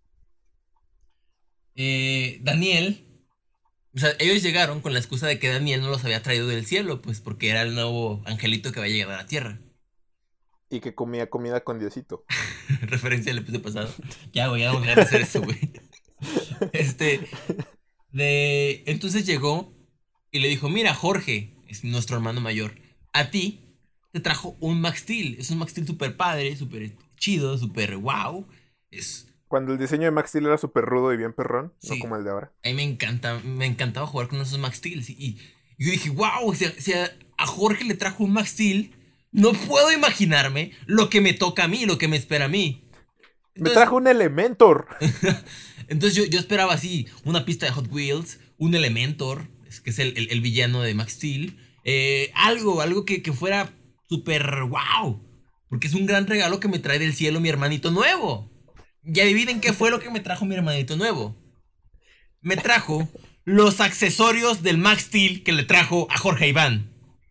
Eh, Daniel, o sea, ellos llegaron con la excusa de que Daniel no los había traído del cielo, pues porque era el nuevo angelito que va a llegar a la tierra. Y que comía comida con Diosito. Referencia al episodio pasado. Ya, güey, ya vamos a dejar de hacer eso, güey. Este, de... Entonces llegó y le dijo, mira, Jorge, es nuestro hermano mayor, a ti te trajo un Max Steel. Es un Max Steel súper padre, súper chido, súper wow. Es, Cuando el diseño de Max Steel era súper rudo y bien perrón, no sí, como el de ahora. a mí me encanta, me encantaba jugar con esos Max Steel. Y, y yo dije, wow, si a, si a, a Jorge le trajo un Max Steel, no puedo imaginarme lo que me toca a mí, lo que me espera a mí. Me Entonces, trajo un Elementor. entonces yo, yo esperaba así, una pista de Hot Wheels, un Elementor, es- que es el, el- el villano de Max Steel, eh, algo, algo que, que fuera súper wow, porque es un gran regalo que me trae del cielo mi hermanito nuevo. Y adivinen qué fue lo que me trajo mi hermanito nuevo. Me trajo los accesorios del Max Steel que le trajo a Jorge Iván.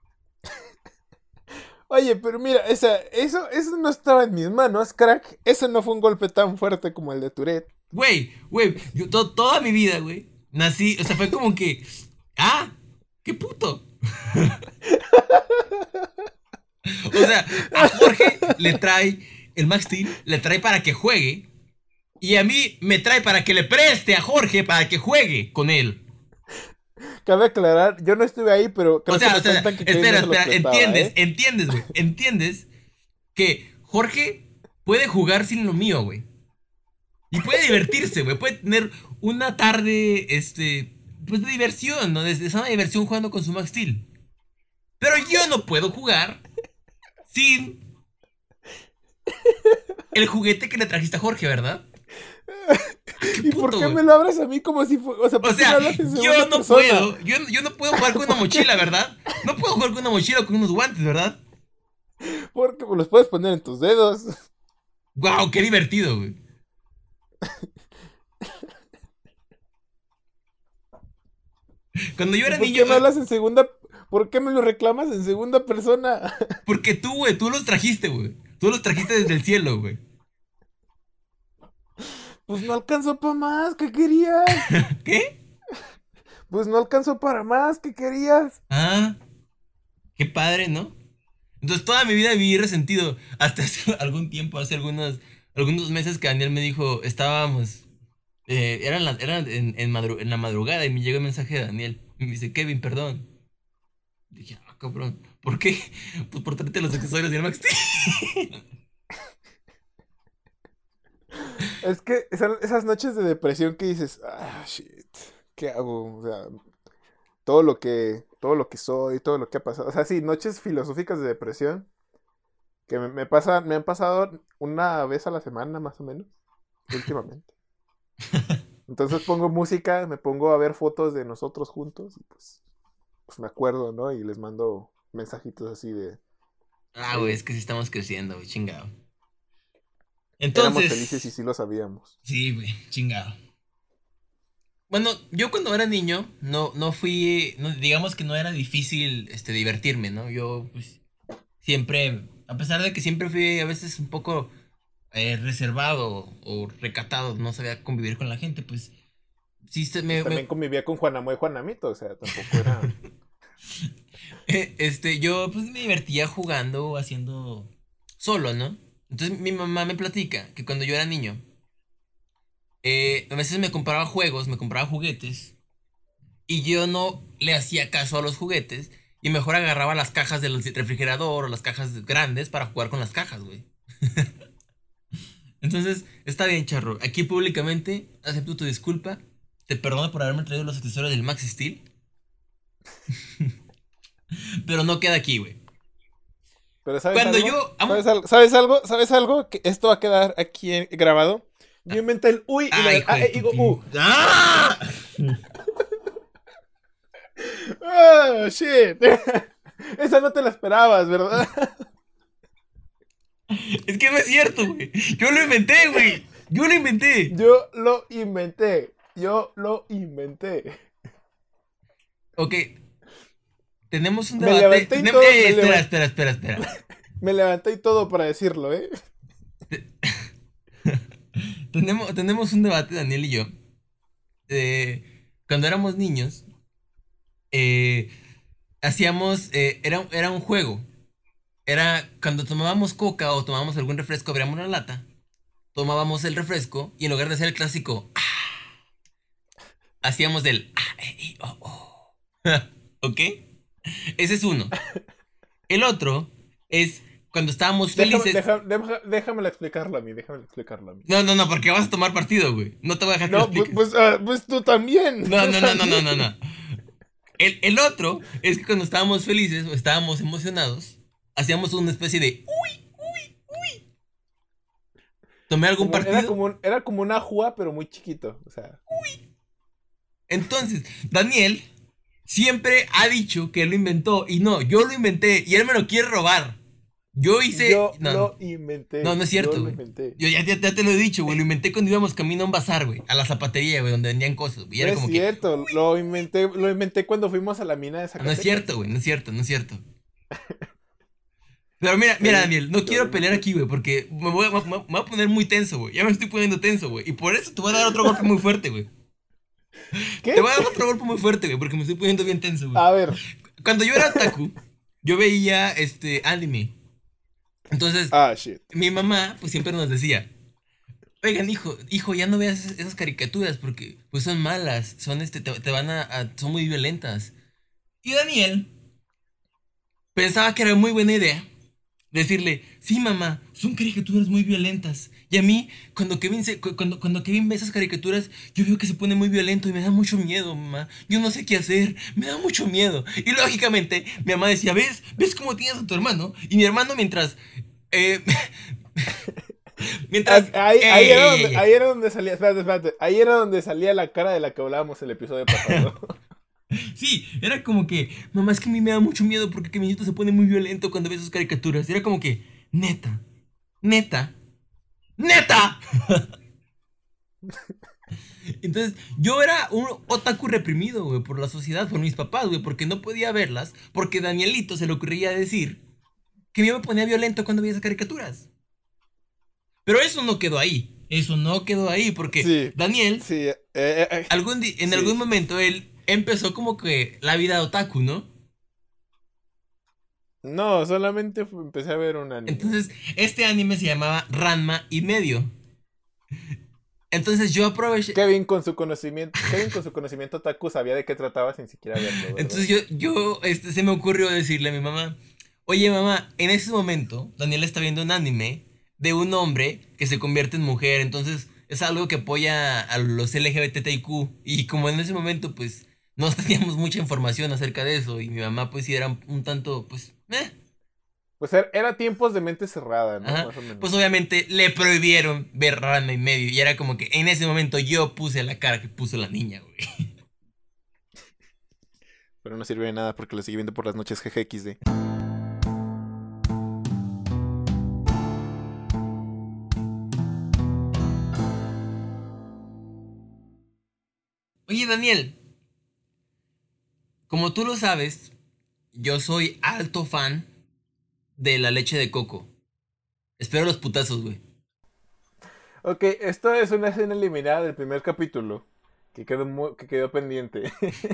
Oye, pero mira, esa, eso, eso no estaba en mis manos, crack. Eso no fue un golpe tan fuerte como el de Tourette. Güey, güey, yo to- toda mi vida, güey, nací, o sea, fue como que, ah, qué puto. O sea, a Jorge le trae el Max Steel, le trae para que juegue. Y a mí me trae para que le preste a Jorge para que juegue con él. Cabe aclarar, yo no estuve ahí, pero creo O sea, que o me sea, cuentan que Chris espera, no se los espera, prestaba, entiendes, ¿eh? entiendes, güey, entiendes que Jorge puede jugar sin lo mío, güey. Y puede divertirse, güey, puede tener una tarde, este, pues de diversión, ¿no? De, de sana diversión jugando con su Max Steel. Pero yo no puedo jugar sin el juguete que le trajiste a Jorge, ¿verdad? Ah, qué ¿Y por puto, qué güey. me lo abres a mí como si fue, o sea, O ¿por qué me sea, hablas en yo segunda no persona? puedo, yo, yo no puedo jugar con una ¿Por qué? mochila, ¿verdad? No puedo jugar con una mochila o con unos guantes, ¿verdad? Porque los puedes poner en tus dedos. Wow, qué divertido, güey. Cuando yo ¿Y era por niño, qué me eh, hablas en segunda? ¿Por qué me lo reclamas en segunda persona? porque tú, güey, tú los trajiste, güey. Tú los trajiste desde el cielo, güey. Pues no alcanzó para más, ¿qué querías? ¿Qué? Pues no alcanzó para más, ¿qué querías? Ah, qué padre, ¿no? Entonces toda mi vida viví resentido. Hasta hace algún tiempo, hace algunos, algunos meses que Daniel me dijo, estábamos, eh, eran la- eran en, en madru- en la madrugada y me llegó el mensaje de Daniel. Y me dice, Kevin, perdón. Dije, ah, cabrón, ¿por qué? Pues por traerte los accesorios de Max Steel. Es que son esas noches de depresión que dices, ah, shit, ¿qué hago? O sea, todo lo que, todo lo que soy, todo lo que ha pasado. O sea, sí, noches filosóficas de depresión que me, me pasa, me han pasado una vez a la semana más o menos, últimamente. Entonces pongo música, me pongo a ver fotos de nosotros juntos y pues, pues me acuerdo, ¿no? Y les mando mensajitos así de, Ah, güey, es oye, que sí estamos creciendo, güey, chingado. éramos felices y Entonces, sí lo sabíamos. sí, güey, chingado. Bueno, yo cuando era niño, no, no fui, no, digamos que no era difícil, este, divertirme, ¿no? Yo, pues, siempre, a pesar de que siempre fui a veces un poco eh, reservado o recatado, no sabía convivir con la gente, pues, sí, se Pues me, me- también convivía con Juanamo y Juanamito, o sea, tampoco era... este, yo, pues, me divertía jugando, haciendo solo, ¿no? Entonces, mi mamá me platica que cuando yo era niño, eh, a veces me compraba juegos, me compraba juguetes. Y yo no le hacía caso a los juguetes. Y mejor agarraba las cajas del refrigerador o las cajas grandes para jugar con las cajas, güey. Entonces, está bien, charro. Aquí públicamente acepto tu disculpa. Te perdono por haberme traído los accesorios del Max Steel. Pero no queda aquí, güey. Pero ¿sabes Cuando algo? yo amo. ¿Sabes algo? ¿Sabes algo? ¿Sabes algo? Que esto va a quedar aquí en- grabado. Yo inventé el uy y la Ay, del hijo a, de e, tu i, o, pin. u. ¡Ah! Oh, shit. Esa no te la esperabas, ¿verdad? Es que no es cierto, güey. Yo lo inventé, güey. Yo lo inventé. Yo lo inventé. Yo lo inventé. Ok, tenemos un Me debate. levanté y Tenem- todo, eh, me espera, levanté, espera, espera, espera. me levanté y todo para decirlo, ¿eh? Tenemos, tenemos un debate, Daniel y yo. eh, Cuando éramos niños, eh, hacíamos, eh, era, un- era un juego. Era cuando tomábamos coca o tomábamos algún refresco, abríamos una lata, tomábamos el refresco y en lugar de hacer el clásico, ah, hacíamos del ah, eh, i, o, o. ¿Ok? Ese es uno. El otro es cuando estábamos Déjame, felices. deja- deja- déjamela explicarlo a mí, déjamela explicarlo a mí. No, no, no, porque vas a tomar partido, güey. No te voy a dejar que lo No, pues, expliques. pues, ah, pues tú también, No, tú no, no, no, no, no, también. no. El, el otro es que cuando estábamos felices o estábamos emocionados, hacíamos una especie de uy, uy, uy. ¿Tomé algún Como, era, partido? como, un- era como una jua, pero muy chiquito. O sea, Entonces, Daniel siempre ha dicho que lo inventó y no, yo lo inventé y él me lo quiere robar. Yo hice. yo No, no, lo inventé. no, no es Yo cierto, lo güey. inventé. Yo ya, ya, ya te lo he dicho, güey. Lo inventé cuando íbamos camino a un bazar, güey. A la zapatería, güey, donde vendían cosas, güey. Y No era es como que. cierto, lo inventé, lo inventé cuando fuimos a la mina de "Ah, no es Zacatecas. cierto, güey. No es cierto, no es cierto. Pero mira, mira, Kevin, Daniel, no yo lo quiero pelear inventé. aquí, güey, porque me voy, a- me, me voy a poner muy tenso, güey. Ya me estoy poniendo tenso, güey. Y por eso te voy a dar otro golpe muy fuerte, güey. ¿Qué? Te voy a dar otro golpe muy fuerte, güey, porque me estoy poniendo bien tenso, güey. A ver, Cuando yo era otaku, yo veía este anime. Entonces, Ah, shit. mi mamá, pues siempre nos decía, oigan, hijo, hijo, ya no veas esas, esas caricaturas porque, pues son malas, son este, te, te van a, a- son muy violentas. Y Daniel pensaba que era muy buena idea decirle, sí, mamá, son caricaturas muy violentas. Y a mí, cuando Kevin, se, cu- cuando, cuando Kevin ve esas caricaturas, yo veo que se pone muy violento y me da mucho miedo, mamá. Yo no sé qué hacer, me da mucho miedo. Y lógicamente, mi mamá decía, ¿ves? ¿Ves cómo tienes a tu hermano? Y mi hermano mientras... eh, mientras... Ah, Ahí, ahí, era ¡Ey, donde, ey, ahí era donde salía, espérate, espérate, ahí era donde salía la cara de la que hablábamos el episodio pasado. Sí, era como que, mamá, es que a mí me da mucho miedo porque que mi nieto se pone muy violento cuando ve sus caricaturas. Era como que, neta, neta, neta. Entonces, yo era un otaku reprimido, güey, por la sociedad, por mis papás, güey, porque no podía verlas, porque Danielito se le ocurría decir que yo me ponía violento cuando veía esas caricaturas. Pero eso no quedó ahí, eso no quedó ahí, porque Sí, Daniel, sí, eh, eh, eh, algún di- en algún sí. momento, él empezó como que la vida de otaku, ¿no? No, solamente fu- empecé a ver un anime. Entonces, este anime se llamaba Ranma y medio. Entonces yo aproveché. Kevin con su conocimiento, Kevin con su conocimiento otaku sabía de qué trataba sin siquiera verlo, ¿verdad? Entonces yo, yo, este, se me ocurrió decirle a mi mamá, oye mamá, en ese momento Daniela está viendo un anime de un hombre que se convierte en mujer, entonces es algo que apoya a los L G B T Q I Q y como en ese momento pues no teníamos mucha información acerca de eso y mi mamá pues sí era un, un tanto pues, eh, Pues era, era tiempos de mente cerrada, ¿no? ajá, Más o menos. pues obviamente le prohibieron ver Ranma y medio y era como que en ese momento yo puse la cara que puso la niña, güey. Pero no sirve de nada porque lo sigue viendo por las noches G G X D. Oye Daniel, como tú lo sabes, yo soy alto fan de la leche de coco. Espero los putazos, güey. Ok, esto es una escena eliminada del primer capítulo. Que quedó, mu- que quedó pendiente.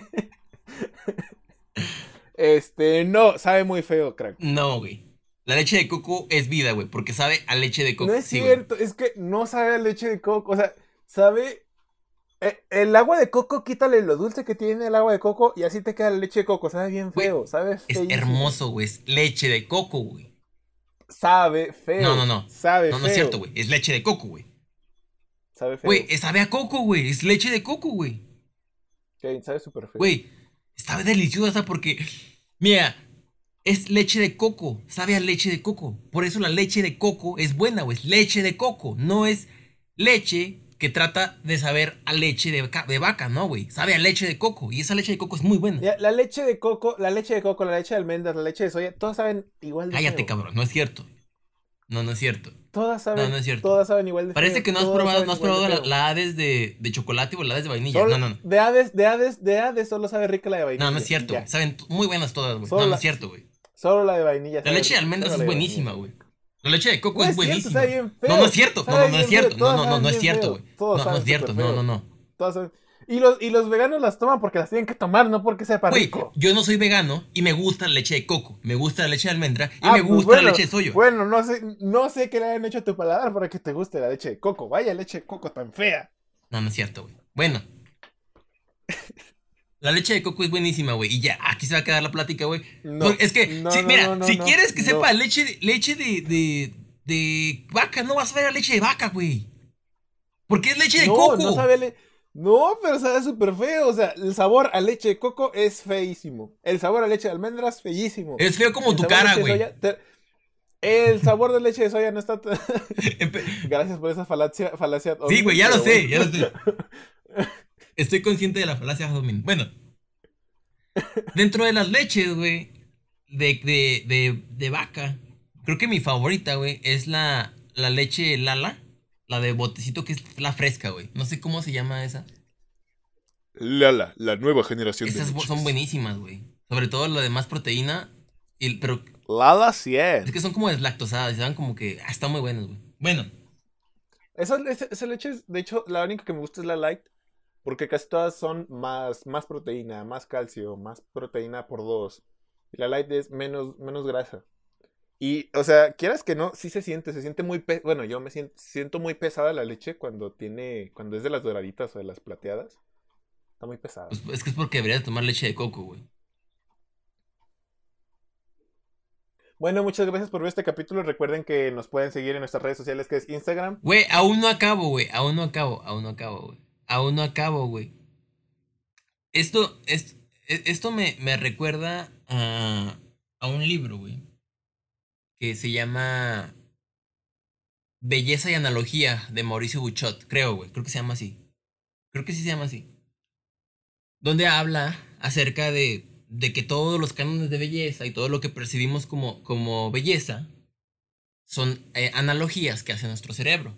Este, no, sabe muy feo, crack. No, güey. La leche de coco es vida, güey, porque sabe a leche de No coco. es Sí, güey. cierto, es que no sabe a leche de coco. O sea, sabe. eh, El agua de coco, quítale lo dulce que tiene el agua de coco y así te queda la leche de coco. Sabe bien Güey, feo, sabe es feísimo. hermoso, güey. Es leche de coco, güey. Sabe No, no, feo, no. sabe No, no es cierto, feo, güey. Es leche de coco, güey. sabe Güey, feo. es- sabe a coco, güey. Es leche de coco, güey. Kevin, sabe súper feo. Güey, sabe deliciosa porque, mira, es leche de coco. Sabe a leche de coco. Por eso la leche de coco es buena, güey. Es leche de coco. No es leche que trata de saber a leche de, vaca, de vaca, ¿no, güey? Sabe a leche de coco. Y esa leche de coco es muy buena. Ya, la leche de coco, la leche de coco, la leche de almendras, la leche de soya, todas saben igual de Cállate, feo. cabrón. No es cierto. No, no es cierto. Todas No, no saben, es cierto. todas saben igual de Parece feo. que no has Todas probado, saben no has igual de probado la, feo. la Hades de, de chocolate o la Hades de vainilla. No, Solo, no, no. de Hades, de Hades, de Hades solo sabe rica la de No, no es vainilla. Y cierto, güey. ya. Saben t- muy buenas todas, güey. No, Solo no es la, cierto, güey. solo la de vainilla La sabe leche de rica. almendras Solo es la de vainilla buenísima, sabe güey. rica. La leche de coco No es es cierto, sabe buenísima. bien No, no es feo. cierto. No, no, Sabe no es bien feo. cierto. No, Todas no, no, saben no es bien cierto, güey. feo. Todas No, no es saben cierto. súper No, no, feo. no. Todas saben... Y los, y los veganos las toman porque las tienen que tomar, no porque sepa Güey, rico. yo no soy vegano y me gusta la leche de coco. Me gusta la leche de almendra y me Ah, pues gusta la bueno, leche de soya. bueno, no sé, no sé qué le hayan hecho a tu paladar para que te guste la leche de coco. Vaya leche de coco tan fea. No, no es cierto, güey. Bueno, la leche de coco es buenísima, güey. Y ya, aquí se va a quedar la plática, güey. No, Porque es que, no, si, no, mira, no, no, si no, quieres que sepa no. leche de, leche de, de, de vaca, no vas a ver a leche de vaca, güey. Porque es leche de No, no coco. sabe le... No, pero sabe súper feo. O sea, el sabor a leche de coco es feísimo. El sabor a leche de almendras, feísimo. Es feo como El tu sabor a cara, leche de güey. soya... te- El sabor de leche de soya no está... tan- Empe- Gracias por esa falacia, falacia Sí, ovni, güey, ya lo pero bueno. sé, ya lo sé. Estoy consciente de la falacia Jasmine. Bueno, dentro de las leches, güey, de, de, de, de vaca, creo que mi favorita, güey, es la, la leche Lala. La de botecito que es la fresca, güey. No sé cómo se llama esa. Lala, la nueva generación de Esas bu- son leches. buenísimas, güey. Sobre todo la de más proteína. Y, pero Lala es cien. que son como deslactosadas. Y saben como que ah, están muy buenas, güey. Bueno, Esa, esa, esa leche, es- de hecho, la única que me gusta es la light. Porque casi todas son más, más proteína, más calcio, más proteína por dos. Y la light es menos, menos grasa. Y, o sea, quieras que no, sí se siente, se siente muy, pe- bueno, yo me siento, siento muy pesada la leche cuando tiene, cuando es de las doraditas o de las plateadas. Está muy pesada. Pues es que es porque deberías tomar leche de coco, güey. Bueno, muchas gracias por ver este capítulo. Recuerden que nos pueden seguir en nuestras redes sociales, que es Instagram. Güey, aún no acabo, güey. Aún no acabo, aún no acabo, güey. Aún no acabo, güey. Esto, es, e- esto me, me recuerda a, a un libro, güey, que se llama Belleza y Analogía de Mauricio Buchot, creo, güey. Creo que se llama así. Creo que sí se llama así. Donde habla acerca de, de que todos los cánones de belleza y todo lo que percibimos como, como belleza son eh, analogías que hace nuestro cerebro.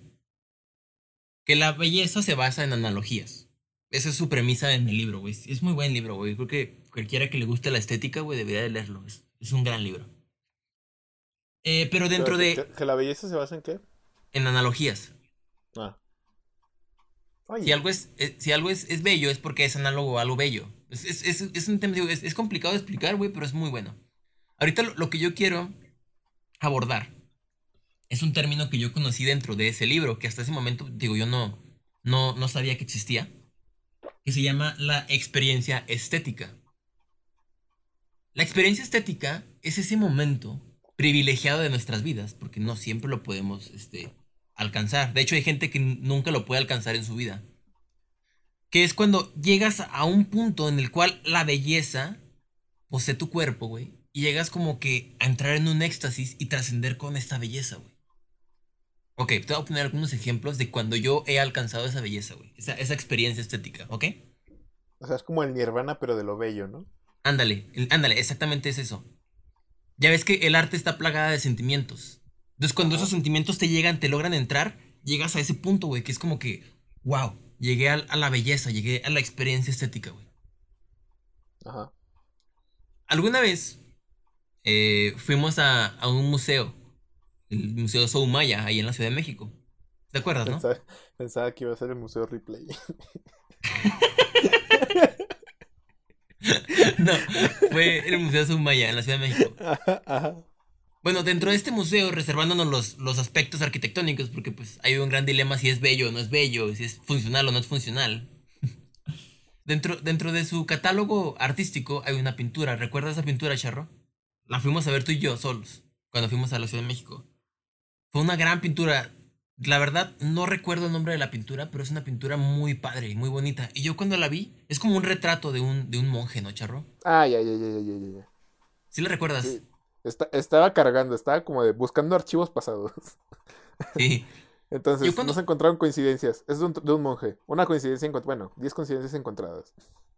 Que la belleza se basa en analogías. Esa es su premisa en el libro, güey. Es muy buen libro, güey. Creo que cualquiera que le guste la estética, güey, debería de leerlo. Es, es un gran libro. Eh, pero ¿Que, dentro que- que- de... que la belleza se basa en qué? En analogías. Ah, Si oye. algo es, eh, si algo es, es bello es porque es análogo a algo bello. Es, es, es, es un tema, digo, es, es complicado de explicar, güey, pero es muy bueno. Ahorita lo, lo que yo quiero abordar es un término que yo conocí dentro de ese libro, que hasta ese momento, digo, yo no, no, no sabía que existía, que se llama la experiencia estética. La experiencia estética es ese momento privilegiado de nuestras vidas, porque no siempre lo podemos, este, alcanzar. De hecho, hay gente que n- nunca lo puede alcanzar en su vida. Que es cuando llegas a un punto en el cual la belleza posee tu cuerpo, güey. Y llegas como que a entrar en un éxtasis y trascender con esta belleza, güey. Ok, te voy a poner algunos ejemplos de cuando yo he alcanzado esa belleza, güey. Esa, esa experiencia estética, ¿ok? O sea, es como el Nirvana, pero de lo bello, ¿no? Ándale, el- ándale, exactamente es eso. Ya ves que el arte está plagada de sentimientos. Entonces, cuando esos Ajá, sentimientos te llegan, te logran entrar, llegas a ese punto, güey, que es como que, wow, llegué al- a, la belleza, llegué a la experiencia estética, güey. ajá. Alguna vez eh, fuimos a, a un museo, el Museo Soumaya, ahí en la Ciudad de México. ¿Te acuerdas, no? Pensaba, pensaba que iba a ser el Museo Ripley. No, fue el Museo Soumaya en la Ciudad de México. Ajá, ajá. Bueno, dentro de este museo, reservándonos los, los aspectos arquitectónicos, porque pues hay un gran dilema si es bello o no es bello, si es funcional o no es funcional. Dentro, dentro de su catálogo artístico hay una pintura. ¿Recuerdas esa pintura, Charro? La fuimos a ver tú y yo solos, cuando fuimos a la Ciudad de México. Fue una gran pintura. La verdad, no recuerdo el nombre de la pintura, pero es una pintura muy padre, muy bonita. Y yo cuando la vi, es como un retrato de un, de un monje, ¿no, Charro? Ah, ya, ya, ya, ya, ya, ya, ya. ¿Sí la recuerdas? Sí. Esta- estaba cargando, estaba como de buscando archivos pasados. Sí. Yo Entonces, no cuando... se encontraron coincidencias. Es de un, de un monje. Una coincidencia encontrada. Bueno, diez coincidencias encontradas.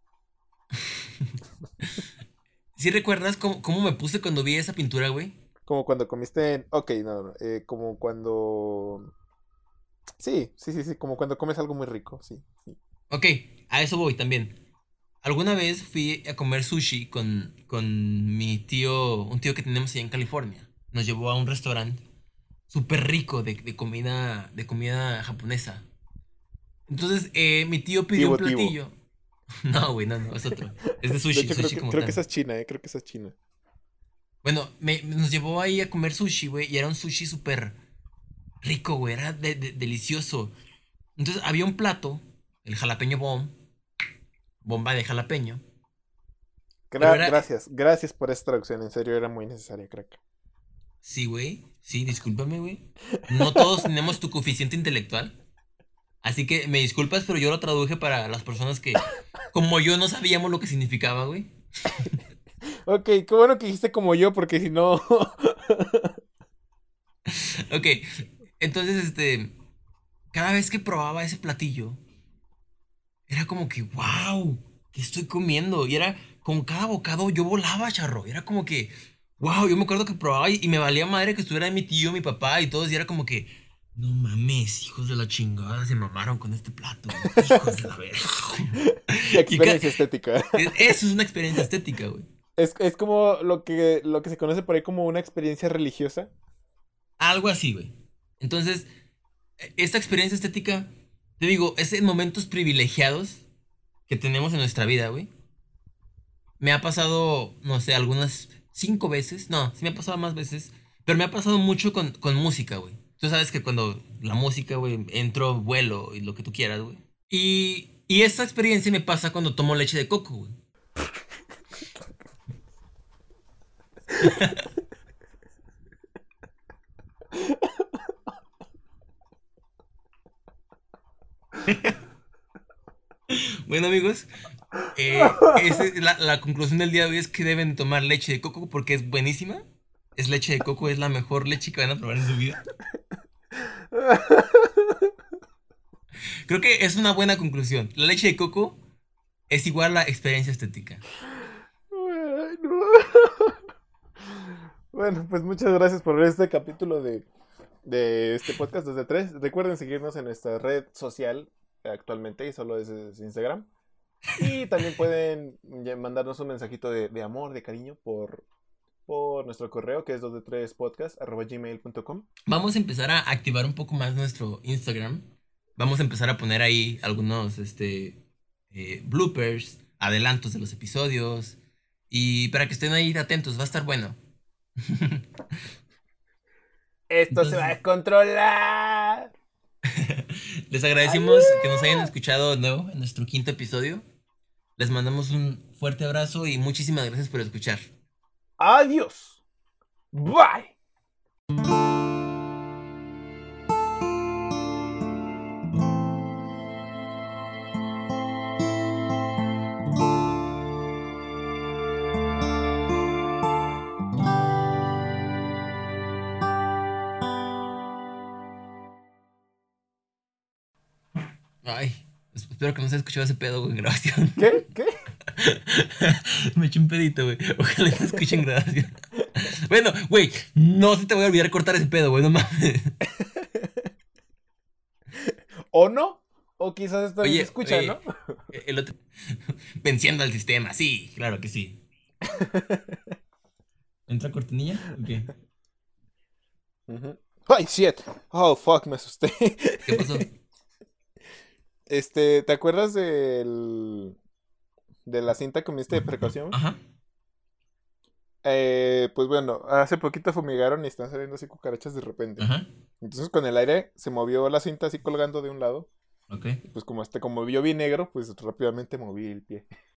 ¿Sí recuerdas cómo, cómo me puse cuando vi esa pintura, güey? Como cuando comiste en... Ok, no, no. eh, como cuando... Sí, sí, sí, sí. Como cuando comes algo muy rico. Sí, sí. Ok, a eso voy también. Alguna vez fui a comer sushi con, con mi tío, un tío que tenemos allá en California. Nos llevó a un restaurante súper rico de, de comida, de comida japonesa. Entonces, eh, mi tío pidió un Tibo, tibo. platillo. No, güey, no, no, es otro. Es de De sushi, hecho, creo sushi que, como creo que esa tal. es China, ¿eh? Creo que esa es China. Bueno, me, nos llevó ahí a comer sushi, güey, y era un sushi súper rico, güey, era de- de- delicioso. Entonces, había un plato, el jalapeño bomb, bomba de jalapeño, pero Gra- era, gracias, gracias por esta traducción. En serio, era muy necesaria, crack. sí, güey, sí, discúlpame, güey. No todos tenemos tu coeficiente intelectual, así que me disculpas, pero yo lo traduje para las personas que, como yo, no sabíamos lo que significaba, güey. Ok, qué bueno que dijiste como yo, porque si no. Ok, entonces, este, cada vez que probaba ese platillo, era como que, wow, ¿qué estoy comiendo? Y era, con cada bocado yo volaba, charro. Era como que, wow, yo me acuerdo que probaba y, y me valía madre que estuviera mi tío, mi papá y todos. Y era como que, no mames, hijos de la chingada, se mamaron con este plato. Hijos de la verga. Y ca- Experiencia estética. e- eso es una experiencia estética, güey. Es, es como lo que, lo que se conoce por ahí como una experiencia religiosa. Algo así, güey. Entonces, e- esta experiencia estética, te digo, es en momentos privilegiados que tenemos en nuestra vida, güey. Me ha pasado, no sé, algunas cinco veces. No, sí me ha pasado más veces Pero me ha pasado mucho con, con música, güey. Tú sabes que cuando la música, güey, entro, vuelo y lo que tú quieras, güey. Y, y esta experiencia me pasa cuando tomo leche de coco, güey. Bueno, amigos, eh, esa es la, la conclusión del día de hoy es que deben tomar leche de coco porque es buenísima. Es leche de coco, es la mejor leche que van a probar en su vida. Creo que es una buena conclusión. La leche de coco es igual a experiencia estética. Ay, no. Bueno, pues muchas gracias por ver este capítulo de, de este podcast dos de tres. Recuerden seguirnos en nuestra red social actualmente y solo es, es Instagram. Y también pueden ya mandarnos un mensajito de, de amor, de cariño por, por nuestro correo que es dos de tres podcast arroba gmail punto com. Vamos a empezar a activar un poco más nuestro Instagram. Vamos a empezar a poner ahí algunos este, eh, bloopers, adelantos de los episodios. Y para que estén ahí atentos, va a estar bueno. Esto se va a Entonces, descontrolar. les agradecemos que nos hayan Adiós. escuchado de nuevo en nuestro quinto episodio. Les mandamos un fuerte abrazo y muchísimas gracias por escuchar. Adiós. Bye. Ay, es- espero que no se haya escuchado ese pedo, güey, en grabación. ¿Qué? ¿Qué? Me eché un pedito, güey. Ojalá no escuchen en grabación. Bueno, güey, no se te voy a olvidar cortar ese pedo, güey, no mames. ¿O no? O quizás esta vez se Oye, escucha, ¿no? oye, el otro. Venciendo al sistema, sí, claro que sí. ¿Entra cortinilla? Ok. Ujú. Ay, shit. Oh, fuck, me asusté. ¿Qué pasó? Este, ¿te acuerdas del de la cinta que me diste de precaución? Ajá. Eh, pues bueno, hace poquito fumigaron y están saliendo así cucarachas de repente. Ajá. Entonces con el aire se movió la cinta así colgando de un lado. Ok. Y pues como este, como yo vi negro, pues rápidamente moví el pie.